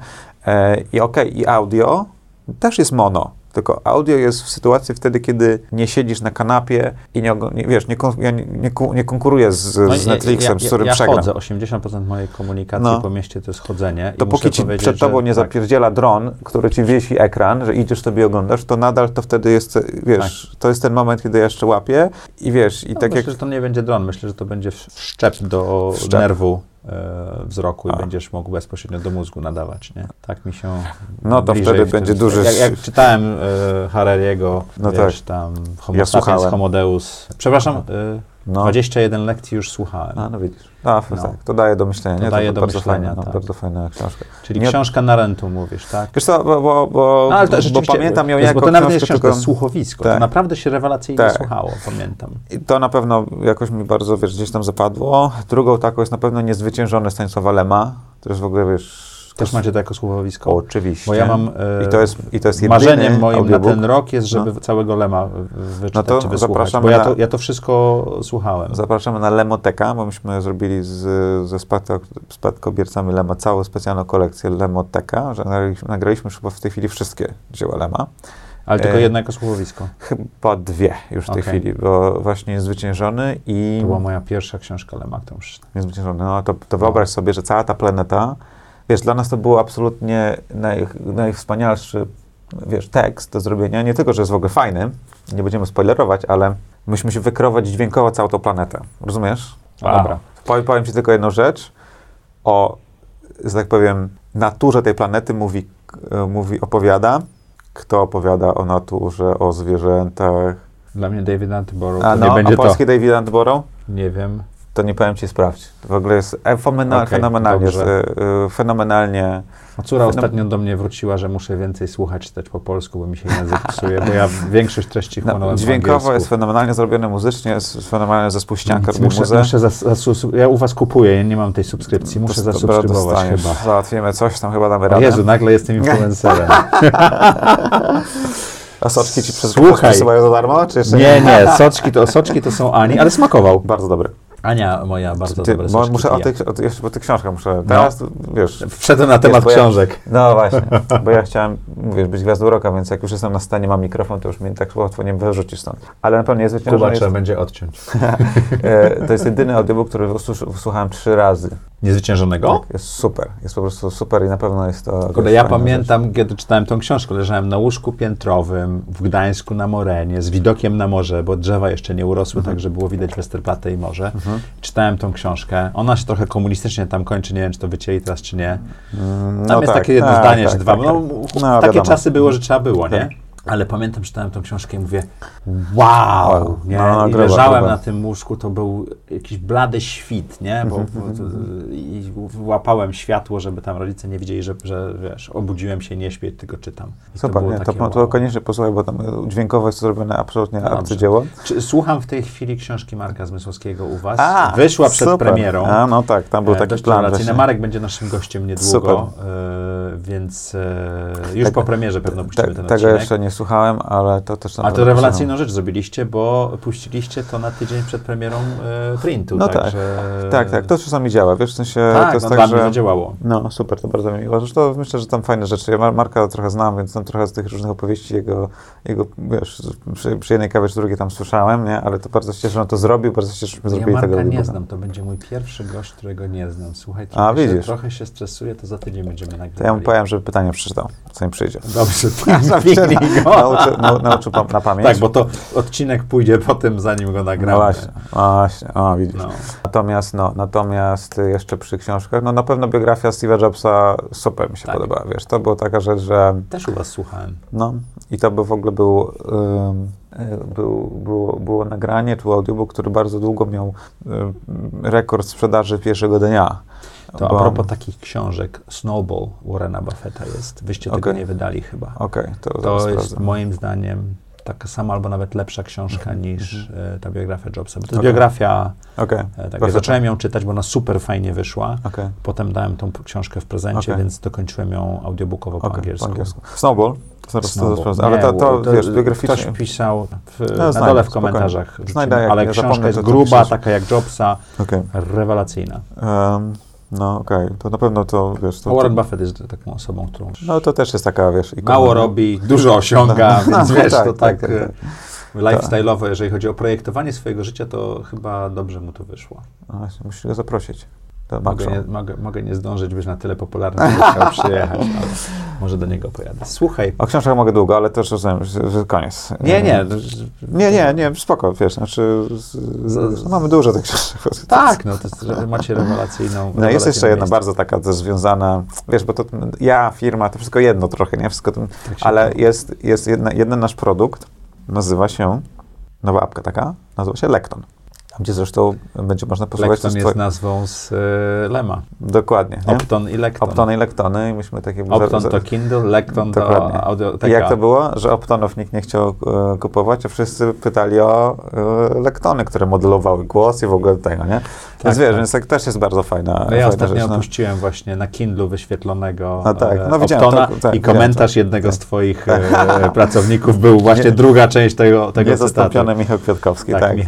I audio też jest mono. Tylko audio jest w sytuacji wtedy, kiedy nie siedzisz na kanapie i nie konkuruję z Netflixem, z którym przegram. Ja chodzę, 80% mojej komunikacji po mieście to jest chodzenie. Dopóki ci przed tobą nie zapierdziela dron, który ci wiesi ekran, że idziesz sobie i oglądasz, to nadal to wtedy jest, wiesz, to jest ten moment, kiedy ja jeszcze łapię i wiesz, i tak myślę, że to nie będzie dron, myślę, że to będzie wszczep do nerwu wzroku i będziesz mógł bezpośrednio do mózgu nadawać, nie? Tak mi się no to wtedy będzie duży... Jak czytałem Harariego, wiesz, tam Homo sapiens, Homo Deus. Przepraszam, 21 lekcji już słuchałem. No widzisz. Tak, to daje do myślenia, nie? Daje do bardzo myślenia, fajna, bardzo fajna książka. Czyli książka Narrentum mówisz, tak? Wiesz co, bo pamiętam ją jako bo to nawet książkę, jest książka, to słuchowisko. Tak. To naprawdę się rewelacyjnie słuchało, pamiętam. I to na pewno jakoś mi bardzo, wiesz, gdzieś tam zapadło. Drugą taką jest na pewno Niezwyciężony Stanisława Lema. To jest w ogóle, wiesz... Też macie to jako słuchowisko? Oczywiście. Bo ja mam... I to jest marzeniem moim audiobook na ten rok jest, żeby całego Lema wyczytać czy wysłuchać, bo ja to wszystko słuchałem. Zapraszamy na Lemoteka, bo myśmy zrobili ze spadkobiercami Lema całą specjalną kolekcję Lemoteka, że nagraliśmy chyba w tej chwili wszystkie dzieła Lema. Ale tylko jedno jako słuchowisko? Chyba dwie już w tej chwili, bo właśnie Niezwyciężony i... To była moja pierwsza książka Lema, którą przeczytałem. Niezwyciężony, no to wyobraź sobie, że cała ta planeta, wiesz, dla nas to było absolutnie najwspanialszy, wiesz, tekst do zrobienia. Nie tylko, że jest w ogóle fajny, nie będziemy spoilerować, ale musimy się wykreować dźwiękowo całą tą planetę. Rozumiesz? Wow. Dobra. Powiem ci tylko jedną rzecz. O, że tak powiem, naturze tej planety opowiada kto opowiada o naturze, o zwierzętach. Dla mnie David Attenborough to A nie będzie polski David Attenborough? Nie wiem. To nie powiem ci, sprawdź. W ogóle jest fenomenalnie. Córa ostatnio do mnie wróciła, że muszę więcej słuchać, czytać po polsku, bo mi się język psuje, bo ja większość treści chłonąłem dźwiękowo jest fenomenalnie zrobione, muzycznie jest fenomenalnie zespół Ścianka robi muzę. Ja u was kupuję, ja nie mam tej subskrypcji, muszę zasubskrybować chyba. Załatwimy coś, tam chyba damy radę. Jezu, nagle jestem influencerem. A soczki ci przesyłają za darmo? Czy jeszcze nie, soczki to są Ani, ale smakował. Bardzo dobry. Ania moja bardzo dobre soczki muszę jeszcze po tych książkach muszę. Teraz, wiesz... Wszedłem na temat książek. No właśnie, bo ja chciałem, być gwiazdą roka, więc jak już jestem na scenie, mam mikrofon, to już mnie tak łatwo nie wyrzucisz stąd. Ale na pewno jest zwyciężony. Kuba trzeba będzie odciąć. To jest jedyny audiobook, który słuchałem 3 razy. Niezwyciężonego? Tak, jest super. Jest po prostu super i na pewno jest to... Ja pamiętam, kiedy czytałem tą książkę, leżałem na łóżku piętrowym w Gdańsku na Morenie, z widokiem na morze, bo drzewa jeszcze nie urosły, tak, że było widać Westerplatte i morze. Czytałem tą książkę. Ona się trochę komunistycznie tam kończy, nie wiem, czy to wycięli teraz, czy nie. Tam jest takie jedno zdanie, czy dwa. Takie wiadomo. czasy było, że trzeba było, nie? Ale pamiętam, czytałem tą książkę i mówię, wow, nie? I leżałem na tym łóżku, to był jakiś blady świt, nie? I łapałem światło, żeby tam rodzice nie widzieli, że wiesz, obudziłem się, nie śpię, tylko czytam. I super, to koniecznie posłuchaj, bo tam dźwiękowo jest zrobione absolutnie arcydzieło. Słucham w tej chwili książki Marka Zmysłowskiego u was. Wyszła przed premierą. No tak, tam był taki plan. Marek będzie naszym gościem niedługo, więc już po premierze pewno puścimy ten odcinek. Tego jeszcze nie słuchałem, ale to też... A to rewelacyjną rzecz zrobiliście, bo puściliście to na tydzień przed premierą printu. No tak, to czasami działa, wiesz, w sensie... Tak, to jest dla mnie zadziałało. No super, to bardzo mi miło. Zresztą myślę, że tam fajne rzeczy. Ja Marka trochę znam, więc tam trochę z tych różnych opowieści jego wiesz, przy jednej kawie czy drugiej tam słyszałem, nie? Ale to bardzo się cieszę, że on to zrobił, bardzo się cieszę, że zrobili Marka tego. Ja Marka nie znam, to będzie mój pierwszy gość, którego nie znam. Słuchaj, trochę się stresuję, to za tydzień będziemy nagrywali. To ja mu powiem, żeby pytanie przeczytał, zanim przyjdzie. Dobrze, nauczył na pamięć. Tak, bo to odcinek pójdzie po tym, zanim go nagramy. No właśnie, widzisz. No. Natomiast jeszcze przy książkach, na pewno biografia Steve'a Jobsa super mi się podobała, wiesz, to była taka rzecz, że... Też u was słuchałem. No i to by w ogóle było nagranie, czy audiobook, który bardzo długo miał rekord sprzedaży pierwszego dnia. To a propos takich książek, Snowball Warrena Buffetta jest. Wyście tego nie wydali chyba. To jest moim zdaniem taka sama albo nawet lepsza książka niż ta biografia Jobsa. Bo to jest biografia, ja zacząłem ją czytać, bo ona super fajnie wyszła. Potem dałem tą książkę w prezencie, więc dokończyłem ją audiobookowo po angielsku. Snowball? Ale to wiesz, biograficznie... Ktoś pisał na dole w komentarzach. Ale książka jest gruba, taka jak Jobsa, rewelacyjna. To na pewno to, wiesz... Warren Buffett jest taką osobą, którą... No to też jest taka, wiesz... Mało robi, dużo osiąga, więc wiesz, to tak lifestyle'owo, jeżeli chodzi o projektowanie swojego życia, to chyba dobrze mu to wyszło. Właśnie, musisz go zaprosić. Mogę nie zdążyć, być na tyle popularny, żeby chciał przyjechać, ale może do niego pojadę. Słuchaj. O książkach mogę długo, ale też rozumiem, że koniec. Nie, spoko, wiesz, znaczy mamy dużo tych książek. Tak, to macie rewelacyjną... Jest jeszcze jedna bardzo taka związana, wiesz, bo to firma, to wszystko jedno trochę, nie? Wszystko tym, ale jest jeden nasz produkt, nazywa się, nowa apka taka, nazywa się Lekton. Gdzie zresztą będzie można posłuchać... Lekton jest nazwą z Lema. Dokładnie. Nie? Opton i Lekton. Optony i Lektony. I myśmy takie... Opton to Kindle, Lekton to audioteka. I jak to było? Że Optonów nikt nie chciał kupować, a wszyscy pytali o Lektony, które modelowały głos i w ogóle tego, nie? Więc wiesz, więc tak też jest bardzo fajna ja ostatnio opuściłem właśnie na Kindlu wyświetlonego Optona i komentarz jednego z twoich pracowników był właśnie druga część tego cytatu. Niezastąpiony Michał Kwiatkowski. Tak.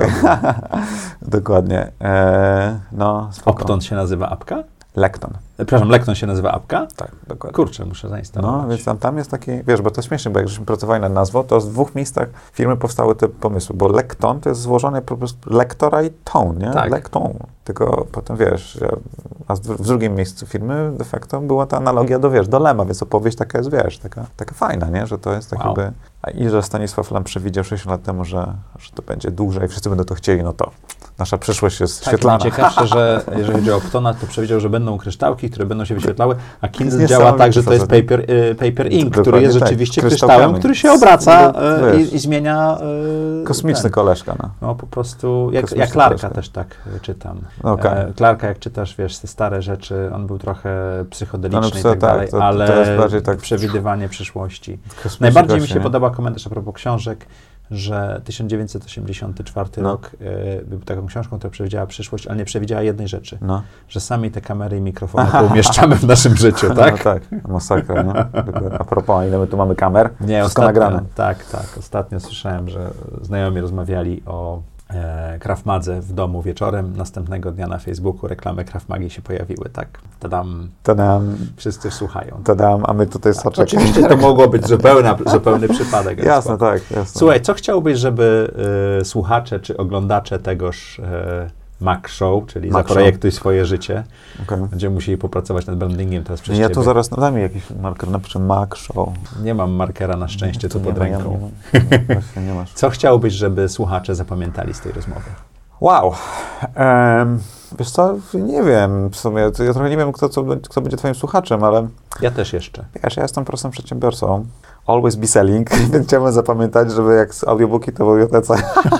Dokładnie. Spoko. Opton się nazywa apka? Lekton. Przepraszam, Lekton się nazywa apka? Tak, dokładnie. Kurczę, muszę zainstalować. No, więc tam jest taki, wiesz, bo to śmieszne, bo jak żeśmy pracowali nad nazwą, to z 2 miejscach firmy powstały te pomysły, bo Lekton to jest złożone po prostu lektora i ton, nie? Tak. Lekton. Tylko potem, wiesz, a w drugim miejscu filmy de facto była ta analogia do Lema, więc opowieść taka jest, wiesz, taka fajna, nie? Że to jest tak jakby... I że Stanisław Lem przewidział 60 lat temu, że to będzie duże i wszyscy będą to chcieli, no to nasza przyszłość jest świetlana. Najciekawsze, że jeżeli chodzi o Octona, to przewidział, że będą kryształki, które będą się wyświetlały, a Kindle działa tak, że to jest paper ink, który jest rzeczywiście kryształem, który się obraca i zmienia... Kosmiczny koleżka, no. No po prostu, jak Clarka też tak czytam. Okay. Clarka, jak czytasz, wiesz, te stare rzeczy, on był trochę psychodeliczny i tak tak, dalej, ale to jest bardziej tak przewidywanie przyszłości. Najbardziej mi się podoba komentarz a propos książek, że 1984 rok był taką książką, która przewidziała przyszłość, ale nie przewidziała jednej rzeczy, że sami te kamery i mikrofony umieszczamy w naszym życiu, tak? No tak, masakra, nie? A propos, ile my tu mamy kamer? Nie, ostatnio, tak, ostatnio słyszałem, że znajomi rozmawiali o Krav Madze w domu wieczorem, następnego dnia na Facebooku reklamy Krav Magi się pojawiły, tak? Tadam. Wszyscy słuchają. Tadam, a my tutaj soczek. Oczywiście to mogło być zupełny przypadek. Jasne, tak, jasne. Słuchaj, co chciałbyś, żeby słuchacze czy oglądacze tegoż Mac Show, czyli Zaprojektuj swoje życie. Będziemy musieli popracować nad brandingiem teraz przez ciebie. Ja tu zaraz dam mi jakiś marker, napiszę Mac Show. Nie mam markera na szczęście tu pod ręką. Właśnie nie masz. Co chciałbyś, żeby słuchacze zapamiętali z tej rozmowy? Wow. Wiesz co, nie wiem w sumie. Ja trochę nie wiem, kto będzie twoim słuchaczem, ale... Ja też jeszcze. Wiesz, ja jestem prostym przedsiębiorcą. Always be selling, więc chciałbym zapamiętać, żeby jak audiobooki, to w audiotece.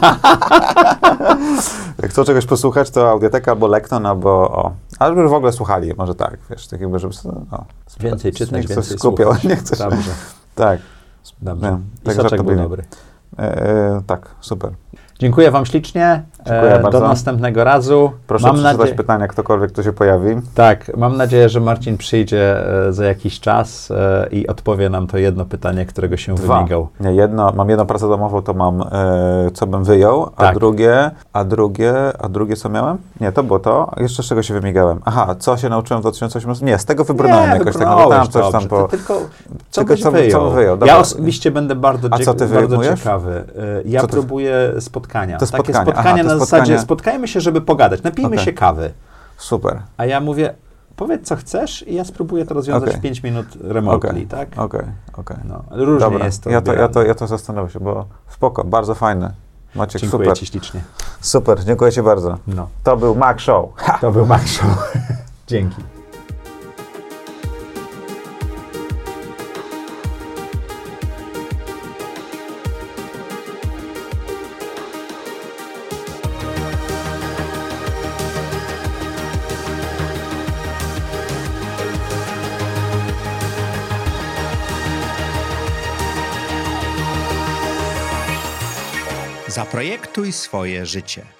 Jak chcą czegoś posłuchać, to audioteka albo Lekton, albo ale żeby w ogóle słuchali, może tak, wiesz, tak jakby, żeby... Więcej czytać, więcej skupiał, nie chcę się... Dobrze. Tak. Dobrze. I soczek był dobry. Tak, super. Dziękuję wam ślicznie. Dziękuję bardzo. Do następnego razu. Proszę przeczytać pytania, ktokolwiek tu się pojawi. Tak, mam nadzieję, że Marcin przyjdzie za jakiś czas i odpowie nam to jedno pytanie, którego się wymigał. Nie, mam jedną pracę domową, to mam, co bym wyjął, a drugie co miałem? Nie, to było to. Jeszcze z czego się wymigałem? Aha, co się nauczyłem w 2018? Nie, z tego wybrnąłem jakoś tak, no tam coś tam po... Tylko co wyjął? Dobra. Ja osobiście będę bardzo ciekawy. Ja co próbuję spotkania. Takie spotkanie na zasadzie, spotkajmy się, żeby pogadać, napijmy się kawy. Super. A ja mówię, powiedz co chcesz i ja spróbuję to rozwiązać w 5 minut remotely, tak? Okej. No, różnie jest to. Ja to zastanowię się, bo spoko, bardzo fajne. Maciek, dziękuję super. Ci ślicznie. Super, dziękuję Ci bardzo. No. To był Mac Show. To był Mac Show. Dzięki. Zaprojektuj swoje życie.